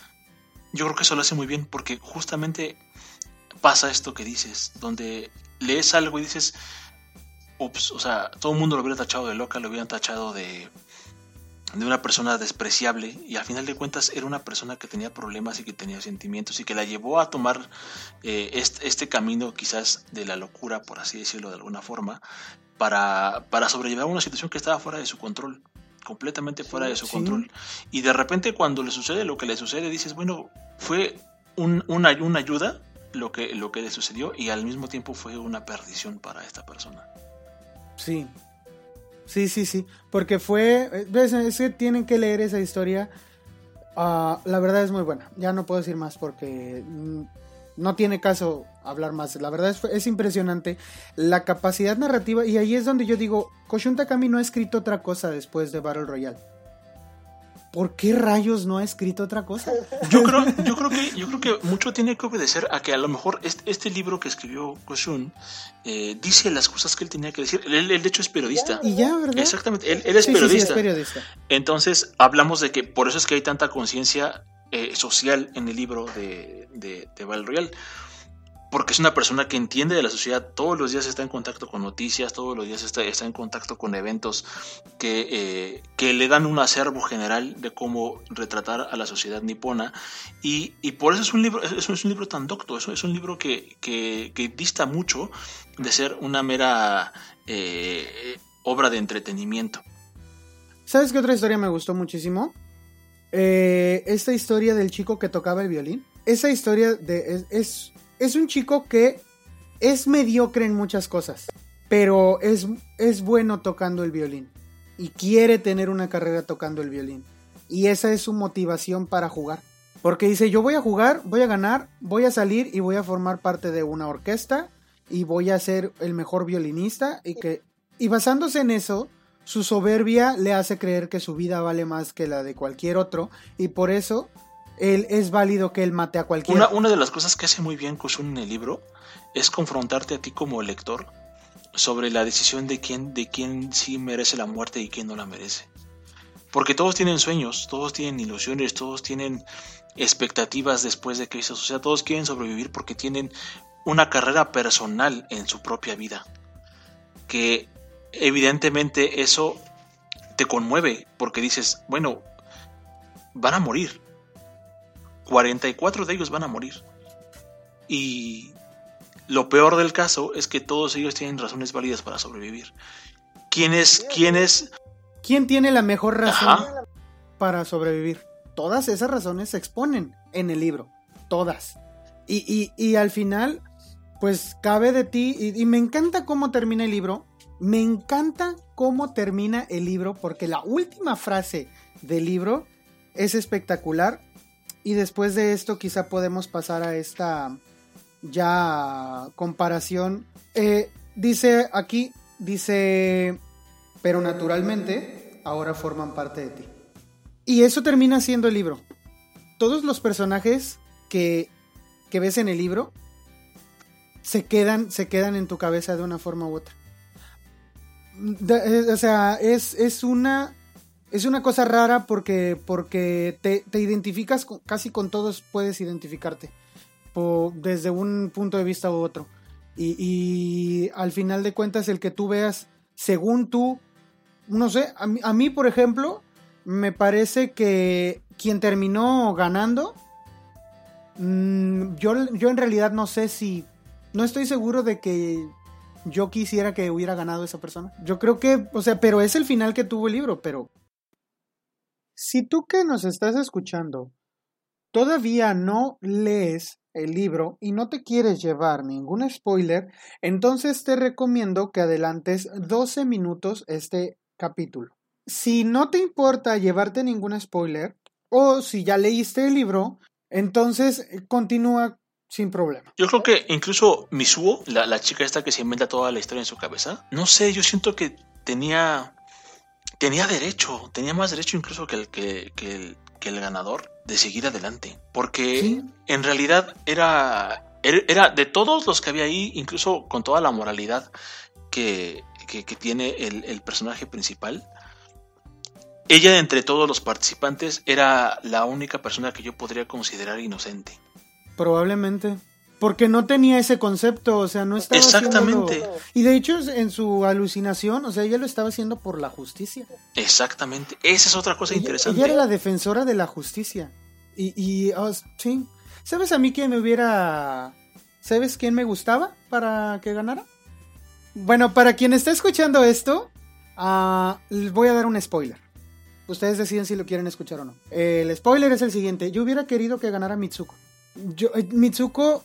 Yo creo que eso lo hace muy bien porque justamente pasa esto que dices, donde lees algo y dices, ups, o sea, todo el mundo lo hubiera tachado de loca, lo hubieran tachado de... de una persona despreciable y al final de cuentas era una persona que tenía problemas y que tenía sentimientos y que la llevó a tomar eh, este, este camino quizás de la locura, por así decirlo de alguna forma, para, para sobrellevar una situación que estaba fuera de su control, completamente fuera sí, de su sí. control. Y de repente cuando le sucede lo que le sucede dices, bueno, fue un, una, una ayuda lo que, lo que le sucedió y al mismo tiempo fue una perdición para esta persona. Sí. Sí, sí, sí, porque fue, es, es que tienen que leer esa historia, uh, la verdad es muy buena, ya no puedo decir más porque mm, no tiene caso hablar más, la verdad es, es impresionante la capacidad narrativa y ahí es donde yo digo, Koshun Takami no ha escrito otra cosa después de Battle Royale. ¿Por qué rayos no ha escrito otra cosa? Yo creo, yo creo que, yo creo que mucho tiene que obedecer a que a lo mejor este, este libro que escribió Koshun eh, dice las cosas que él tenía que decir. Él, él de hecho es periodista. Y ya, ¿verdad? Exactamente, él, él es, sí, periodista. Sí, sí, es periodista. Entonces hablamos de que por eso es que hay tanta conciencia eh, social en el libro de, de, de Battle Royale. Porque es una persona que entiende de la sociedad, todos los días está en contacto con noticias, todos los días está, está en contacto con eventos que, eh, que le dan un acervo general de cómo retratar a la sociedad nipona y, y por eso es un libro, es, es un libro tan docto, es, es un libro que, que, que dista mucho de ser una mera eh, obra de entretenimiento. ¿Sabes qué otra historia me gustó muchísimo? Eh, esta historia del chico que tocaba el violín. Esa historia de es, es Es un chico que es mediocre en muchas cosas, pero es, es bueno tocando el violín y quiere tener una carrera tocando el violín. Y esa es su motivación para jugar. Porque dice, yo voy a jugar, voy a ganar, voy a salir y voy a formar parte de una orquesta y voy a ser el mejor violinista. Y, que, y basándose en eso, su soberbia le hace creer que su vida vale más que la de cualquier otro y por eso... Él, es válido que él mate a cualquiera. Una, una de las cosas que hace muy bien Koshun en el libro es confrontarte a ti como lector sobre la decisión de quién, de quién sí merece la muerte y quién no la merece. Porque todos tienen sueños, todos tienen ilusiones, todos tienen expectativas después de que eso suceda, todos quieren sobrevivir porque tienen una carrera personal en su propia vida. Que evidentemente eso te conmueve porque dices, bueno, van a morir. cuarenta y cuatro de ellos van a morir. Y lo peor del caso es que todos ellos tienen razones válidas para sobrevivir. ¿Quién es? ¿Quién es? ¿Quién tiene la mejor razón Ajá. para sobrevivir? Todas esas razones se exponen en el libro. Todas. Y, y, y al final, pues cabe de ti. Y, y me encanta cómo termina el libro. Me encanta cómo termina el libro. Porque la última frase del libro es espectacular. Y después de esto quizá podemos pasar a esta ya comparación. Eh, dice aquí, dice, pero naturalmente ahora forman parte de ti. Y eso termina siendo el libro. Todos los personajes que, que ves en el libro se quedan, se quedan en tu cabeza de una forma u otra. De, o sea, es, es una... Es una cosa rara porque, porque te, te identificas con, casi con todos, puedes identificarte por, desde un punto de vista u otro. Y, y al final de cuentas el que tú veas, según tú, no sé, a mí, a mí por ejemplo, me parece que quien terminó ganando, mmm, yo, yo en realidad no sé si, no estoy seguro de que yo quisiera que hubiera ganado esa persona. Yo creo que, o sea, pero es el final que tuvo el libro, pero si tú que nos estás escuchando todavía no lees el libro y no te quieres llevar ningún spoiler, entonces te recomiendo que adelantes doce minutos este capítulo. Si no te importa llevarte ningún spoiler, o si ya leíste el libro, entonces continúa sin problema. Yo creo que incluso Mitsuo, la, la chica esta que se inventa toda la historia en su cabeza, no sé, yo siento que tenía tenía derecho, tenía más derecho incluso que el, que, que el, que el ganador de seguir adelante, porque ¿sí? En realidad era, era de todos los que había ahí, incluso con toda la moralidad que, que, que tiene el, el personaje principal, ella de entre todos los participantes era la única persona que yo podría considerar inocente. Probablemente, porque no tenía ese concepto, o sea, no estaba exactamente haciéndolo... Y de hecho en su alucinación, o sea, ella lo estaba haciendo por la justicia. Exactamente, esa es otra cosa ella, interesante. Ella era la defensora de la justicia. Y, y oh, sí, ¿sabes a mí quién me hubiera... ¿Sabes quién me gustaba para que ganara? Bueno, para quien está escuchando esto, uh, les voy a dar un spoiler. Ustedes deciden si lo quieren escuchar o no. El spoiler es el siguiente. Yo hubiera querido que ganara Mitsuko. Yo, Mitsuko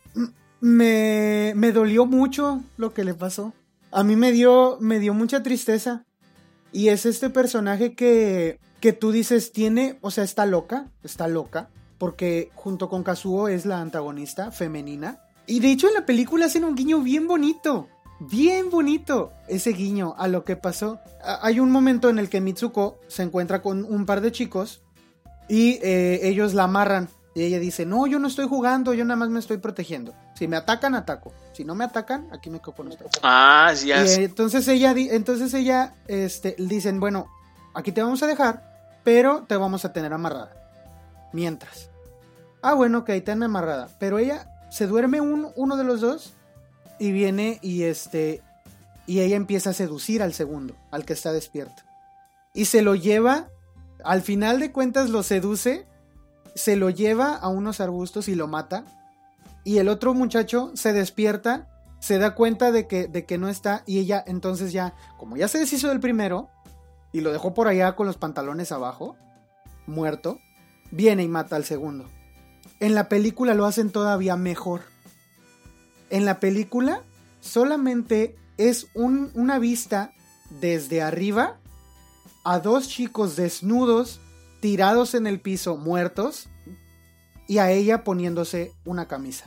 me, me dolió mucho lo que le pasó. A mí me dio, me dio mucha tristeza. Y es este personaje que, que tú dices tiene, o sea, está loca, está loca. Porque junto con Kazuo es la antagonista femenina. Y de hecho en la película hacen un guiño bien bonito. Bien bonito ese guiño a lo que pasó. Hay un momento en el que Mitsuko se encuentra con un par de chicos y eh, ellos la amarran. Y ella dice, no, yo no estoy jugando, yo nada más me estoy protegiendo. Si me atacan, ataco. Si no me atacan, aquí me quedo con ustedes. Ah, ya. Y, eh, entonces ella, entonces ella este, dicen, bueno, aquí te vamos a dejar, pero te vamos a tener amarrada. Mientras. Ah, bueno, ok, tenme amarrada. Pero ella se duerme un, uno de los dos. Y viene y este y ella empieza a seducir al segundo, al que está despierto. Y se lo lleva, al final de cuentas lo seduce, se lo lleva a unos arbustos y lo mata. Y el otro muchacho se despierta, se da cuenta de que, de que no está. Y ella entonces ya, como ya se deshizo del primero y lo dejó por allá con los pantalones abajo, muerto, viene y mata al segundo. En la película lo hacen todavía mejor. En la película solamente es un, una vista desde arriba a dos chicos desnudos tirados en el piso muertos y a ella poniéndose una camisa.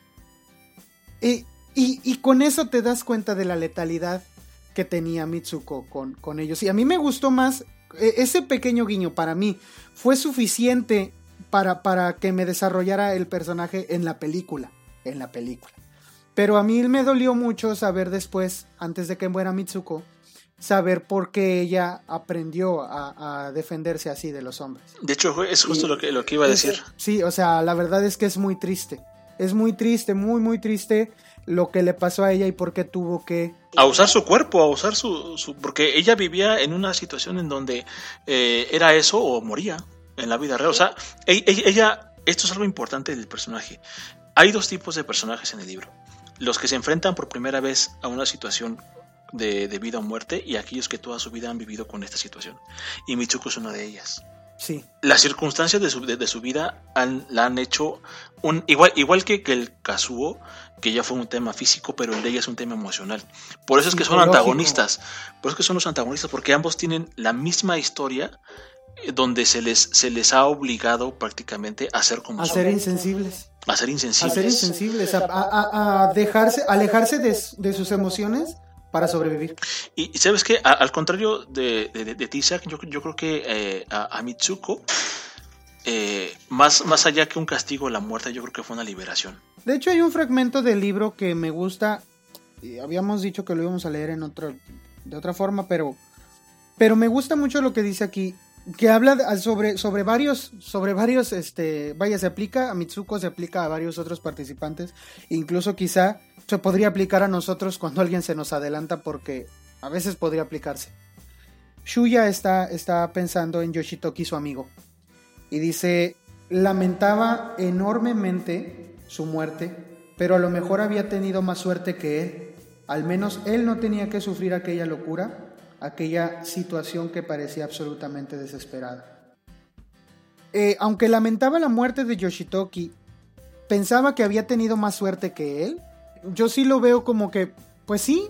Y, y, y con eso te das cuenta de la letalidad que tenía Mitsuko con, con ellos. Y a mí me gustó más, ese pequeño guiño para mí fue suficiente para, para que me desarrollara el personaje en la película. En la película. Pero a mí me dolió mucho saber después, antes de que muera Mitsuko, saber por qué ella aprendió a, a defenderse así de los hombres. De hecho, es justo y, lo, que, lo que iba a decir. Es, sí, o sea, la verdad es que es muy triste. Es muy triste, muy, muy triste lo que le pasó a ella y por qué tuvo que... A usar su cuerpo, a usar su... su porque ella vivía en una situación en donde eh, era eso o moría en la vida real. O sea, ella, ella... Esto es algo importante del personaje. Hay dos tipos de personajes en el libro. Los que se enfrentan por primera vez a una situación de, de vida o muerte y aquellos que toda su vida han vivido con esta situación. Y Mitsuko es una de ellas. Sí. Las circunstancias de su, de, de su vida han, la han hecho un, igual, igual que, que el Kazuo, que ya fue un tema físico, pero el de ella es un tema emocional. Por eso es que son antagonistas. Por eso es que son los antagonistas, porque ambos tienen la misma historia donde se les, se les ha obligado prácticamente a ser como a son. ser insensibles. A ser insensibles. A ser insensibles, a, a, a dejarse, a alejarse de, de sus emociones para sobrevivir. Y sabes que al contrario de, de, de ti, Zach, yo, yo creo que eh, a, a Mitsuko, eh, más, más allá que un castigo la muerte, yo creo que fue una liberación. De hecho hay un fragmento del libro que me gusta, y habíamos dicho que lo íbamos a leer en otro, de otra forma, pero, pero me gusta mucho lo que dice aquí. Que habla sobre, sobre varios, sobre varios, este, vaya, se aplica a Mitsuko, se aplica a varios otros participantes, incluso quizá se podría aplicar a nosotros cuando alguien se nos adelanta, porque a veces podría aplicarse. Shuya está, está pensando en Yoshitoki, su amigo, y dice, lamentaba enormemente su muerte, pero a lo mejor había tenido más suerte que él. Al menos él no tenía que sufrir aquella locura, aquella situación que parecía absolutamente desesperada. Eh, aunque lamentaba la muerte de Yoshitoki, pensaba que había tenido más suerte que él. Yo sí lo veo como que, pues sí,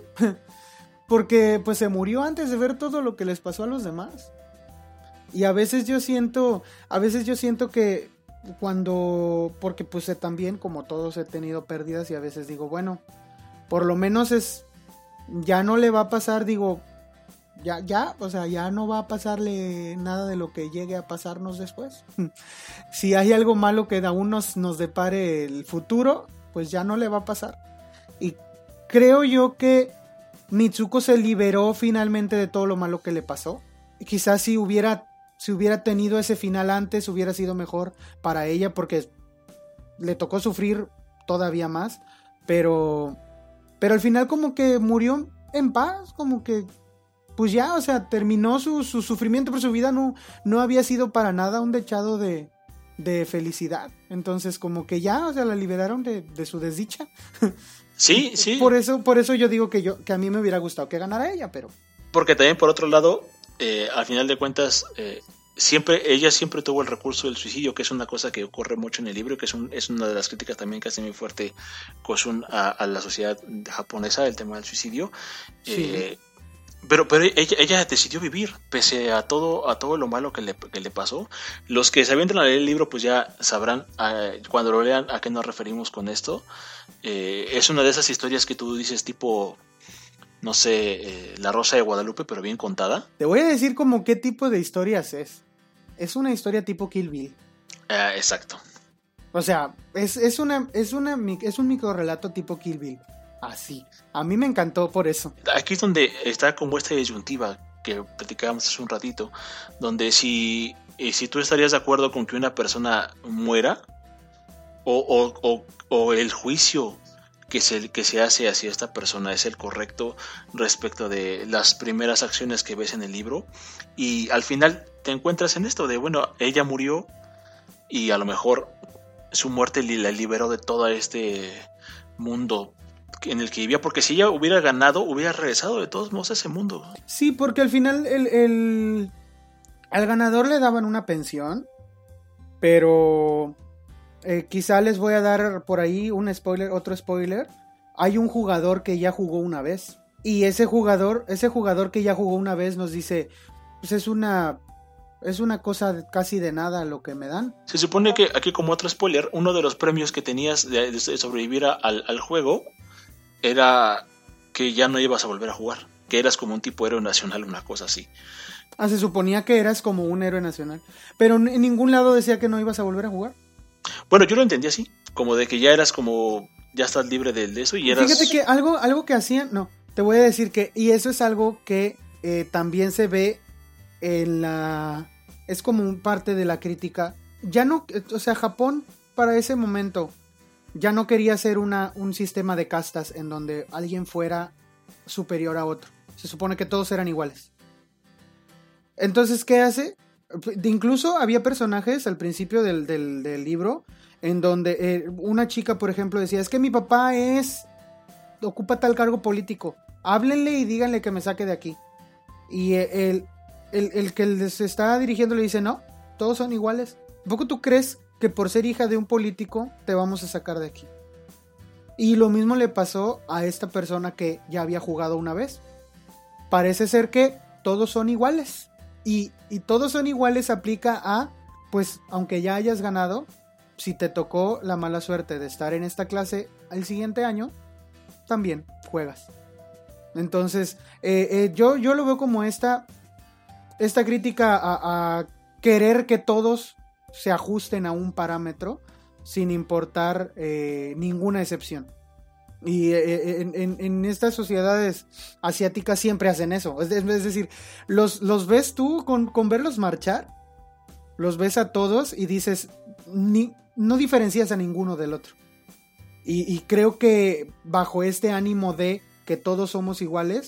porque pues se murió antes de ver todo lo que les pasó a los demás. Y a veces yo siento, a veces yo siento que cuando, porque pues también como todos he tenido pérdidas y a veces digo, bueno, por lo menos es, ya no le va a pasar, digo, ya, ya, o sea, ya no va a pasarle nada de lo que llegue a pasarnos después. Si hay algo malo que aún nos, nos depare el futuro, pues ya no le va a pasar. Y creo yo que Mitsuko se liberó finalmente de todo lo malo que le pasó. Y quizás si hubiera, si hubiera tenido ese final antes, hubiera sido mejor para ella, porque le tocó sufrir todavía más. Pero, pero al final como que murió en paz, como que pues ya, o sea, terminó su, su sufrimiento, pero su vida no, no había sido para nada un dechado de, de felicidad. Entonces como que ya, o sea, la liberaron de, de su desdicha. Sí, sí. Por eso, por eso yo digo que yo, que a mí me hubiera gustado que ganara ella, pero. Porque también por otro lado, eh, al final de cuentas, eh, siempre, ella siempre tuvo el recurso del suicidio, que es una cosa que ocurre mucho en el libro, que es, un, es una de las críticas también que hace muy fuerte Koshun a, a la sociedad japonesa, el tema del suicidio. Sí. Eh, Pero, pero ella, ella decidió vivir, pese a todo, a todo lo malo que le, que le pasó. Los que se avientan a leer el libro, pues ya sabrán, eh, cuando lo lean, a qué nos referimos con esto. Eh, es una de esas historias que tú dices, tipo, no sé, eh, La Rosa de Guadalupe, pero bien contada. Te voy a decir como qué tipo de historias es. Es una historia tipo Kill Bill. Eh, exacto. O sea, es, es, una, es, una, es un microrelato tipo Kill Bill. Así. A mí me encantó por eso. Aquí es donde está como esta disyuntiva que platicábamos hace un ratito, donde si, eh, si tú estarías de acuerdo con que una persona muera, o, o, o, o el juicio que se, que se hace hacia esta persona es el correcto respecto de las primeras acciones que ves en el libro, y al final te encuentras en esto de, bueno, ella murió y a lo mejor su muerte la liberó de todo este mundo en el que vivía, porque si ella hubiera ganado, hubiera regresado de todos modos a ese mundo. Sí, porque al final el, el, al ganador le daban una pensión, pero eh, quizá les voy a dar por ahí un spoiler, otro spoiler. Hay un jugador que ya jugó una vez, y ese jugador, ese jugador que ya jugó una vez nos dice, pues es una, es una cosa casi de nada lo que me dan. Se supone que aquí, como otro spoiler, uno de los premios que tenías de, de sobrevivir a, al, al juego era que ya no ibas a volver a jugar, que eras como un tipo héroe nacional, una cosa así. Ah, se suponía que eras como un héroe nacional, pero en ningún lado decía que no ibas a volver a jugar. Bueno, yo lo entendí así, como de que ya eras como, ya estás libre de, de eso y eras... Fíjate que algo, algo que hacían, no, te voy a decir que, y eso es algo que eh, también se ve en la, es como un parte de la crítica, ya no, o sea, Japón para ese momento ya no quería hacer una, un sistema de castas en donde alguien fuera superior a otro. Se supone que todos eran iguales. Entonces, ¿qué hace? Incluso había personajes al principio del, del, del libro en donde eh, una chica, por ejemplo, decía, es que mi papá es, ocupa tal cargo político, háblenle y díganle que me saque de aquí. Y el, el, el que les está dirigiendo le dice, no, todos son iguales. ¿Un poco tú crees que por ser hija de un político te vamos a sacar de aquí? Y lo mismo le pasó a esta persona que ya había jugado una vez. Parece ser que todos son iguales. Y, y todos son iguales aplica a, pues, aunque ya hayas ganado, si te tocó la mala suerte de estar en esta clase el siguiente año, también juegas. Entonces, eh, eh, yo, yo lo veo como esta, esta crítica a, a querer que todos se ajusten a un parámetro sin importar eh, ninguna excepción. Y eh, en, en, en estas sociedades asiáticas siempre hacen eso. Es, es decir, los, los ves tú con, con verlos marchar, los ves a todos y dices, ni, no diferencias a ninguno del otro. Y, y creo que bajo este ánimo de que todos somos iguales,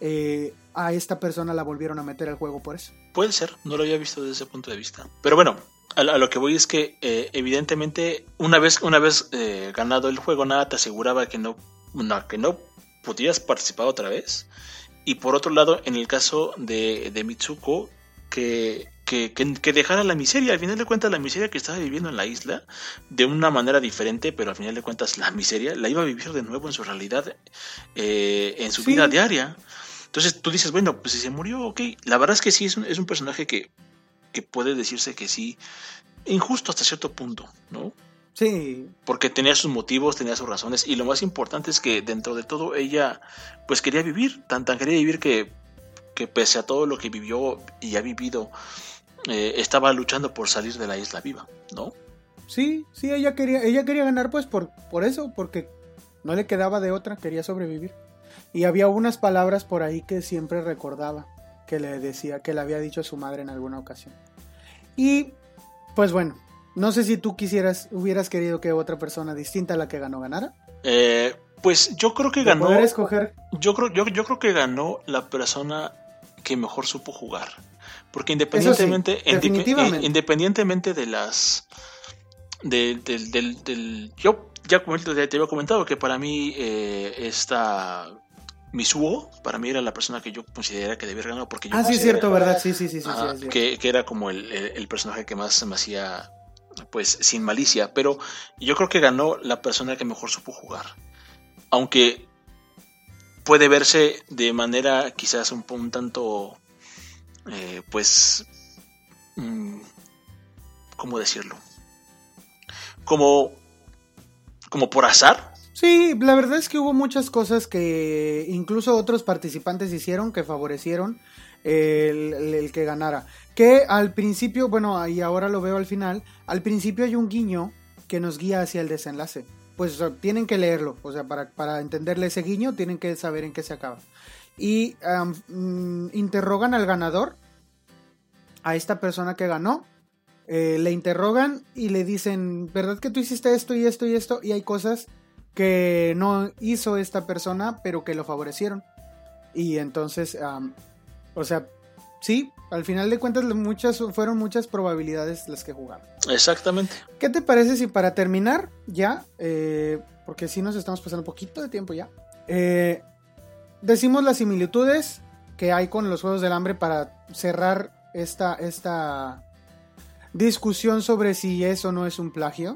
eh, a esta persona la volvieron a meter al juego por eso. Puede ser, no lo había visto desde ese punto de vista. Pero bueno, a, a lo que voy es que eh, evidentemente una vez, una vez eh, ganado el juego, nada te aseguraba que no, no, que no pudieras participar otra vez. Y por otro lado, en el caso de, de Mitsuko, que, que, que, que dejara la miseria, al final de cuentas la miseria que estaba viviendo en la isla, de una manera diferente, pero al final de cuentas la miseria la iba a vivir de nuevo en su realidad, eh, en su sí. vida diaria. Entonces tú dices, bueno, pues si se murió, ok. La verdad es que sí, es un, es un personaje que, que puede decirse que sí, injusto hasta cierto punto, ¿no? Sí. Porque tenía sus motivos, tenía sus razones, y lo más importante es que dentro de todo ella, pues quería vivir, tan tan quería vivir que, que pese a todo lo que vivió y ha vivido, eh, estaba luchando por salir de la isla viva, ¿no? Sí, sí, ella quería, ella quería ganar pues por, por eso, porque no le quedaba de otra, quería sobrevivir. Y había unas palabras por ahí que siempre recordaba, que le decía, que le había dicho a su madre en alguna ocasión. Y, pues bueno, no sé si tú quisieras, hubieras querido que otra persona distinta a la que ganó ganara. Eh, pues yo creo que ganó. Poder escoger. Yo creo, yo, yo creo que ganó la persona que mejor supo jugar. Porque independientemente, sí, definitivamente. independientemente de las. De, del, del, del, yo ya te, te había comentado que para mí eh, esta. Mitsuo, para mí era la persona que yo consideraba que debía ganar porque yo ah, sí, es cierto, ¿verdad? Sí, sí, sí, sí, ajá, sí, sí que, que era como el, el, el personaje que más se me hacía, pues, sin malicia, pero yo creo que ganó la persona que mejor supo jugar, aunque puede verse de manera quizás un, un tanto, eh, pues, mmm, ¿cómo decirlo? Como, como por azar. Sí, la verdad es que hubo muchas cosas que incluso otros participantes hicieron que favorecieron el, el, el que ganara. Que al principio, bueno, y ahora lo veo al final, al principio hay un guiño que nos guía hacia el desenlace. Pues o sea, tienen que leerlo, o sea, para, para entenderle ese guiño tienen que saber en qué se acaba. Y um, interrogan al ganador, a esta persona que ganó, eh, le interrogan y le dicen, ¿verdad que tú hiciste esto y esto y esto? Y hay cosas que no hizo esta persona, pero que lo favorecieron. Y entonces, um, o sea, sí, al final de cuentas muchas, fueron muchas probabilidades las que jugaron. Exactamente. ¿Qué te parece si para terminar ya, eh, porque si nos estamos pasando un poquito de tiempo ya, eh, decimos las similitudes que hay con los Juegos del Hambre para cerrar esta, esta discusión sobre si eso o no es un plagio?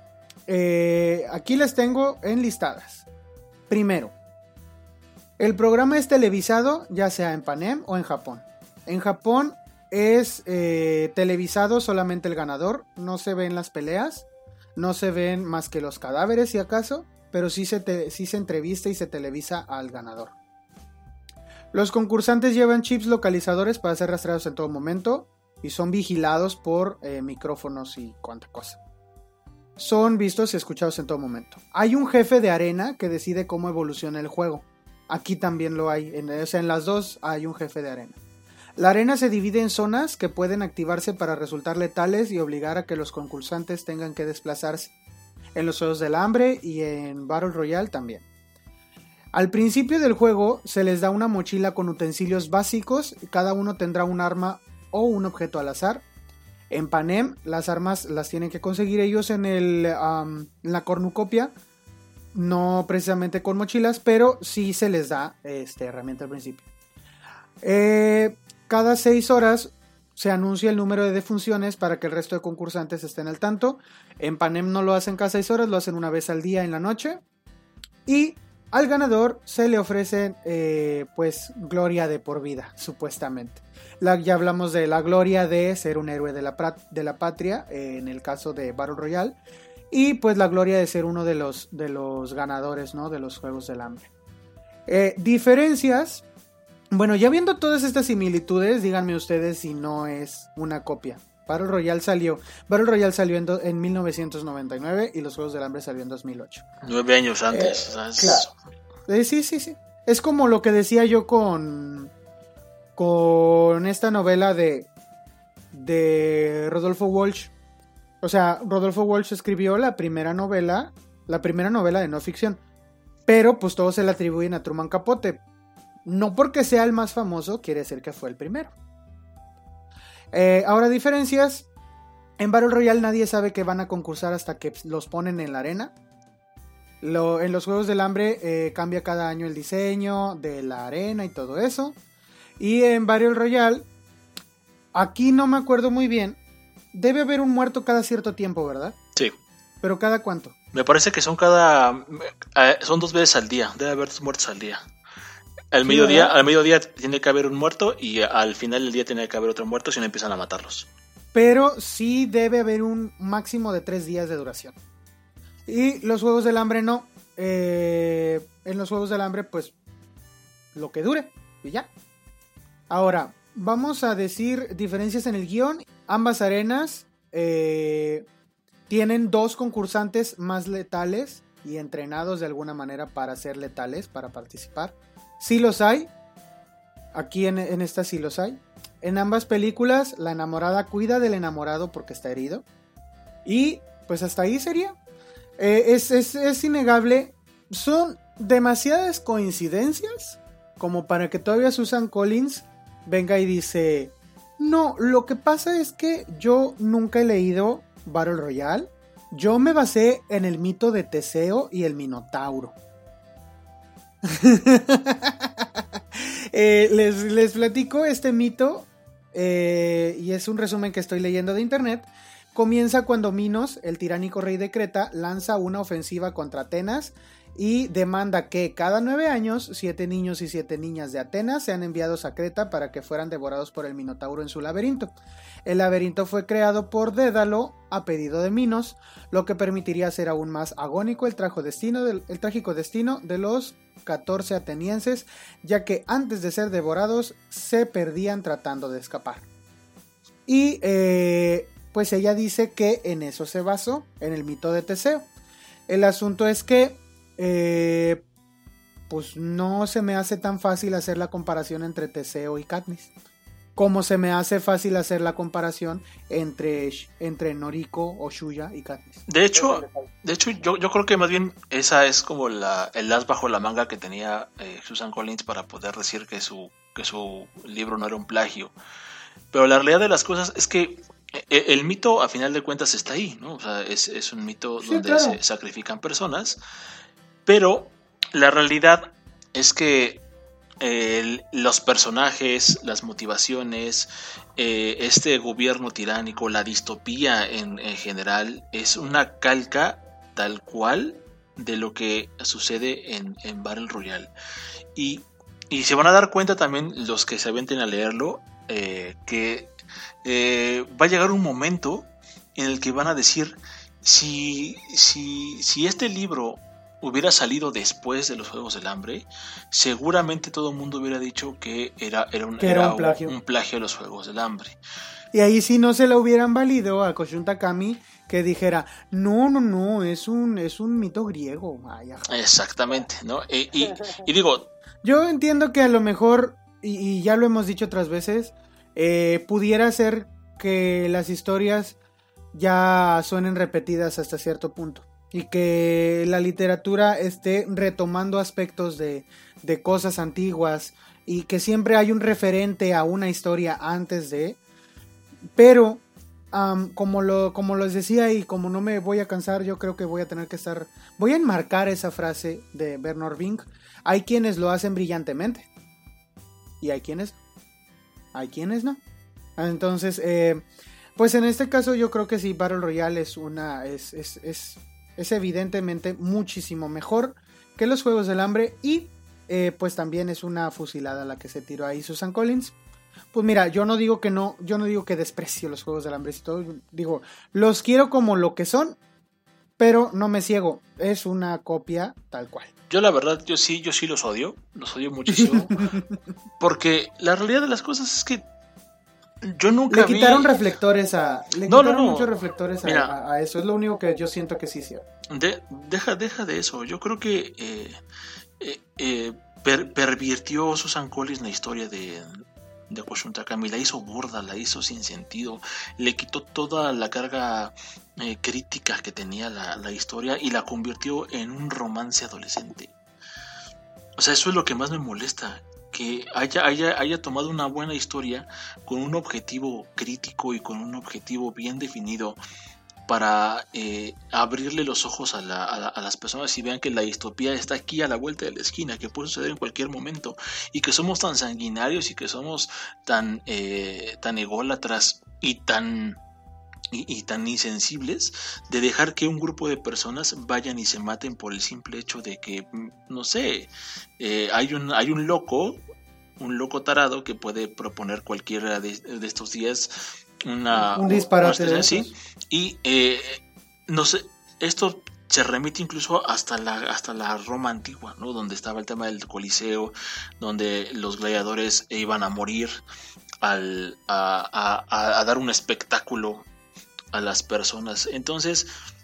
Eh, aquí les tengo enlistadas. Primero, el programa es televisado ya sea en Panem o en Japón. En Japón es eh, televisado solamente el ganador, no se ven las peleas, no se ven más que los cadáveres si acaso, pero sí se, te, sí se entrevista y se televisa al ganador. Los concursantes llevan chips localizadores para ser rastreados en todo momento y son vigilados por eh, micrófonos y cuanta cosa. Son vistos y escuchados en todo momento. Hay un jefe de arena que decide cómo evoluciona el juego. Aquí también lo hay, en, o sea, en las dos hay un jefe de arena. La arena se divide en zonas que pueden activarse para resultar letales y obligar a que los concursantes tengan que desplazarse. En los Juegos del Hambre y en Battle Royale también. Al principio del juego se les da una mochila con utensilios básicos y cada uno tendrá un arma o un objeto al azar. En Panem las armas las tienen que conseguir ellos en, el, um, en la cornucopia, no precisamente con mochilas, pero sí se les da este, herramienta al principio. Eh, cada seis horas se anuncia el número de defunciones para que el resto de concursantes estén al tanto. En Panem no lo hacen cada seis horas, lo hacen una vez al día en la noche. Y al ganador se le ofrece eh, pues gloria de por vida, supuestamente. La, ya hablamos de la gloria de ser un héroe de la, de la patria, eh, en el caso de Battle Royale. Y pues la gloria de ser uno de los, de los ganadores, ¿no? De los Juegos del Hambre. Eh, diferencias. Bueno, ya viendo todas estas similitudes, díganme ustedes si no es una copia. Battle Royale salió, Battle Royale salió en, do, en mil novecientos noventa y nueve y los Juegos del Hambre salió en dos mil ocho. Nueve años antes. Eh, ¿sabes? Claro. Eh, sí, sí, sí. Es como lo que decía yo con, con esta novela de, de Rodolfo Walsh. O sea, Rodolfo Walsh escribió la primera novela, la primera novela de no ficción. Pero pues todos se la atribuyen a Truman Capote. No porque sea el más famoso, quiere decir que fue el primero. Eh, ahora, diferencias. En Battle Royale nadie sabe que van a concursar hasta que los ponen en la arena. Lo, en los Juegos del Hambre eh, cambia cada año el diseño de la arena y todo eso. Y en Battle Royale, aquí no me acuerdo muy bien. Debe haber un muerto cada cierto tiempo, ¿verdad? Sí. ¿Pero cada cuánto? Me parece que son cada... Eh, son dos veces al día. Debe haber dos muertos al día. Al, sí, mediodía, al mediodía tiene que haber un muerto y al final del día tiene que haber otro muerto si no empiezan a matarlos. Pero sí debe haber un máximo de tres días de duración. Y los Juegos del Hambre no. Eh, en los Juegos del Hambre, pues, lo que dure. Y ya. Ahora, vamos a decir diferencias en el guión. Ambas arenas eh, tienen dos concursantes más letales y entrenados de alguna manera para ser letales, para participar. Sí los hay. Aquí en, en esta sí los hay. En ambas películas, la enamorada cuida del enamorado porque está herido. Y pues hasta ahí sería. Eh, es, es, es innegable. Son demasiadas coincidencias como para que todavía Susan Collins venga y dice: no, lo que pasa es que yo nunca he leído Battle Royale. Yo me basé en el mito de Teseo y el Minotauro. eh, les, les platico este mito. Eh, y es un resumen que estoy leyendo de internet. Comienza cuando Minos, el tiránico rey de Creta, lanza una ofensiva contra Atenas y demanda que cada nueve años siete niños y siete niñas de Atenas sean enviados a Creta para que fueran devorados por el Minotauro en su laberinto. El laberinto fue creado por Dédalo a pedido de Minos, lo que permitiría hacer aún más agónico el, trajo destino del, el trágico destino de los catorce atenienses, ya que antes de ser devorados se perdían tratando de escapar. Y eh, pues ella dice que en eso se basó, en el mito de Teseo. El asunto es que eh, pues no se me hace tan fácil hacer la comparación entre Teseo y Katniss, como se me hace fácil hacer la comparación entre, entre Noriko o Shuya y Katniss. De hecho, de hecho yo, yo creo que más bien esa es como la, el as bajo la manga que tenía eh, Susan Collins para poder decir que su, que su libro no era un plagio. Pero la realidad de las cosas es que el, el mito a final de cuentas está ahí, ¿no? O sea, es, es un mito sí, donde claro. se sacrifican personas, pero la realidad es que Eh, los personajes, las motivaciones, eh, este gobierno tiránico, la distopía en, en general es una calca tal cual de lo que sucede en, en Battle Royale. Y, y se van a dar cuenta también los que se aventen a leerlo eh, que eh, va a llegar un momento en el que van a decir si, si, si este libro hubiera salido después de los Juegos del Hambre, seguramente todo el mundo hubiera dicho que era, era, un, que era, era un, plagio. un plagio de los Juegos del Hambre. Y ahí sí no se lo hubieran valido a Koshun Takami, que dijera, no, no, no, es un, es un mito griego. Ay, exactamente, ¿no? Y, y, y digo... Yo entiendo que a lo mejor, y, y ya lo hemos dicho otras veces, eh, pudiera ser que las historias ya suenen repetidas hasta cierto punto. Y que la literatura esté retomando aspectos de, de cosas antiguas y que siempre hay un referente a una historia antes de. Pero, um, como, lo, como les decía y como no me voy a cansar, yo creo que voy a tener que estar... Voy a enmarcar esa frase de Bernard Vink. Hay quienes lo hacen brillantemente. Y hay quienes... Hay quienes no. Entonces, eh, pues en este caso yo creo que sí, Battle Royale es una... es, es, es Es evidentemente muchísimo mejor que los Juegos del Hambre. Y eh, pues también es una fusilada la que se tiró ahí Susan Collins. Pues mira, yo no digo que no, yo no digo que desprecio los Juegos del Hambre y todo. Digo, los quiero como lo que son, pero no me ciego. Es una copia tal cual. Yo la verdad, yo sí, yo sí los odio. Los odio muchísimo. Porque la realidad de las cosas es que yo nunca le quitaron vi... reflectores a le no, quitaron no, no. muchos reflectores Mira, a, a eso, es lo único que yo siento que sí hicieron. De, deja, deja de eso. Yo creo que eh, eh, eh, per, pervirtió Susan Collins la historia de, de Koshun Takami, la hizo burda, la hizo sin sentido, le quitó toda la carga eh, crítica que tenía la, la historia y la convirtió en un romance adolescente. O sea, eso es lo que más me molesta. que haya, haya, haya tomado una buena historia con un objetivo crítico y con un objetivo bien definido para eh, abrirle los ojos a, la, a, la, a las personas y vean que la distopía está aquí a la vuelta de la esquina, que puede suceder en cualquier momento, y que somos tan sanguinarios y que somos tan, eh, tan ególatras y tan... Y, y tan insensibles de dejar que un grupo de personas vayan y se maten por el simple hecho de que, no sé, eh, hay, un, hay un loco, un loco tarado que puede proponer cualquiera de, de estos días una, un disparate una de así, y eh, no sé, esto se remite incluso hasta la, hasta la Roma antigua, ¿no? Donde estaba el tema del Coliseo, donde los gladiadores iban a morir al, a, a, a dar un espectáculo a las personas. Entonces,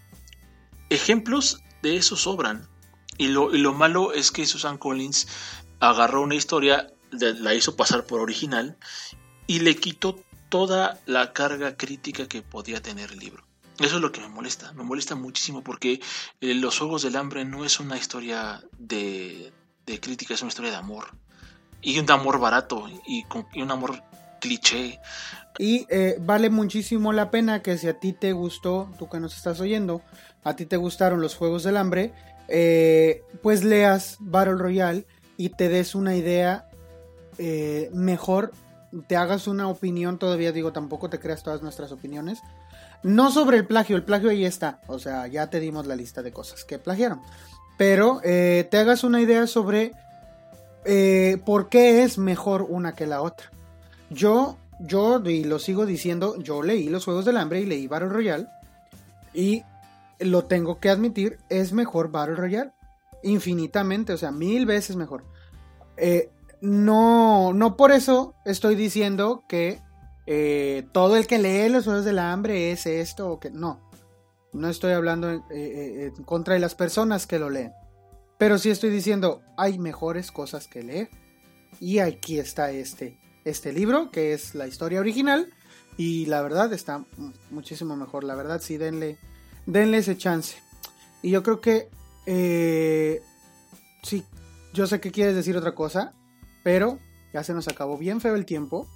ejemplos de eso sobran. Y lo, y lo malo es que Susan Collins agarró una historia, de, la hizo pasar por original y le quitó toda la carga crítica que podía tener el libro. Eso es lo que me molesta. Me molesta muchísimo porque eh, Los Juegos del Hambre no es una historia de, de crítica, es una historia de amor. Y un amor barato y, con, y un amor cliché. Y eh, vale muchísimo la pena que si a ti te gustó, tú que nos estás oyendo, a ti te gustaron Los Juegos del Hambre, eh, pues leas Battle Royale y te des una idea eh, mejor, te hagas una opinión. Todavía digo, tampoco te creas todas nuestras opiniones, no sobre el plagio, el plagio ahí está, o sea, ya te dimos la lista de cosas que plagiaron, pero eh, te hagas una idea sobre eh, por qué es mejor una que la otra. Yo Yo, y lo sigo diciendo, yo leí Los Juegos del Hambre y leí Battle Royale, y lo tengo que admitir, es mejor Battle Royale, infinitamente, o sea, mil veces mejor. Eh, no, no por eso estoy diciendo que eh, todo el que lee Los Juegos del Hambre es esto o que no. No estoy hablando en, eh, en contra de las personas que lo leen, pero sí estoy diciendo, hay mejores cosas que leer, y aquí está este Este libro, que es la historia original, y la verdad está muchísimo mejor. La verdad, sí, denle, denle ese chance. Y yo creo que eh, sí, yo sé que quieres decir otra cosa, pero ya se nos acabó bien feo el tiempo.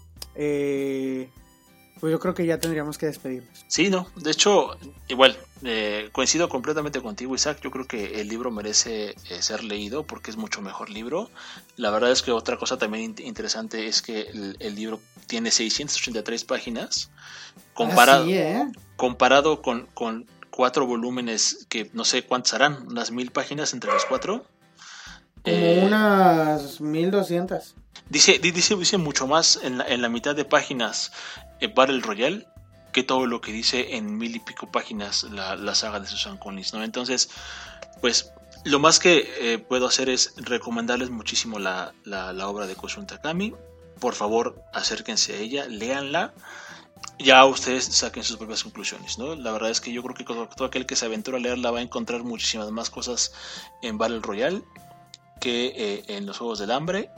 Eh, pues yo creo que ya tendríamos que despedirnos. Sí, no, de hecho, igual, eh, coincido completamente contigo, Isaac. Yo creo que el libro merece eh, ser leído porque es mucho mejor libro. La verdad es que otra cosa también interesante es que el, el libro tiene seiscientas ochenta y tres páginas, comparado, ah, sí, ¿eh? comparado con, con cuatro volúmenes que no sé cuántas harán, unas mil páginas entre los cuatro. Como eh, unas mil doscientas. Dice, dice, dice mucho más en la, en la mitad de páginas eh, Battle Royale que todo lo que dice en mil y pico páginas la, la saga de Susan Collins, ¿no? Entonces, pues lo más que eh, puedo hacer es recomendarles muchísimo la, la, la obra de Koshun Takami. Por favor, acérquense a ella, léanla, ya ustedes saquen sus propias conclusiones, ¿no? La verdad es que yo creo que todo aquel que se aventura a leerla va a encontrar muchísimas más cosas en Battle Royale que eh, en Los Juegos del Hambre.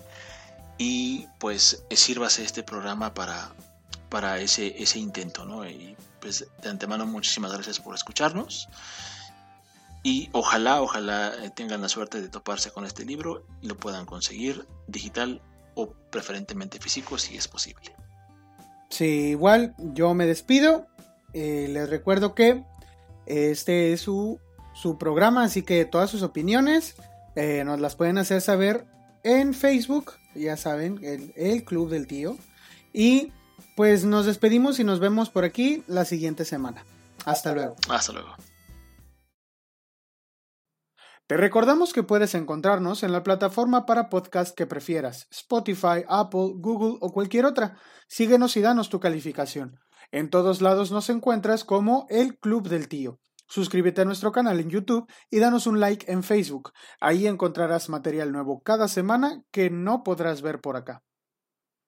Y pues sírvase este programa para, para ese, ese intento, ¿no? Y pues de antemano muchísimas gracias por escucharnos. Y ojalá, ojalá tengan la suerte de toparse con este libro y lo puedan conseguir digital o preferentemente físico si es posible. Sí, igual yo me despido. Eh, les recuerdo que este es su, su programa, así que todas sus opiniones eh, nos las pueden hacer saber en Facebook, ya saben, el, el Club del Tío. Y pues nos despedimos y nos vemos por aquí la siguiente semana. Hasta luego. Hasta luego. Te recordamos que puedes encontrarnos en la plataforma para podcast que prefieras, Spotify, Apple, Google o cualquier otra. Síguenos y danos tu calificación. En todos lados nos encuentras como el Club del Tío. Suscríbete a nuestro canal en YouTube y danos un like en Facebook. Ahí encontrarás material nuevo cada semana que no podrás ver por acá.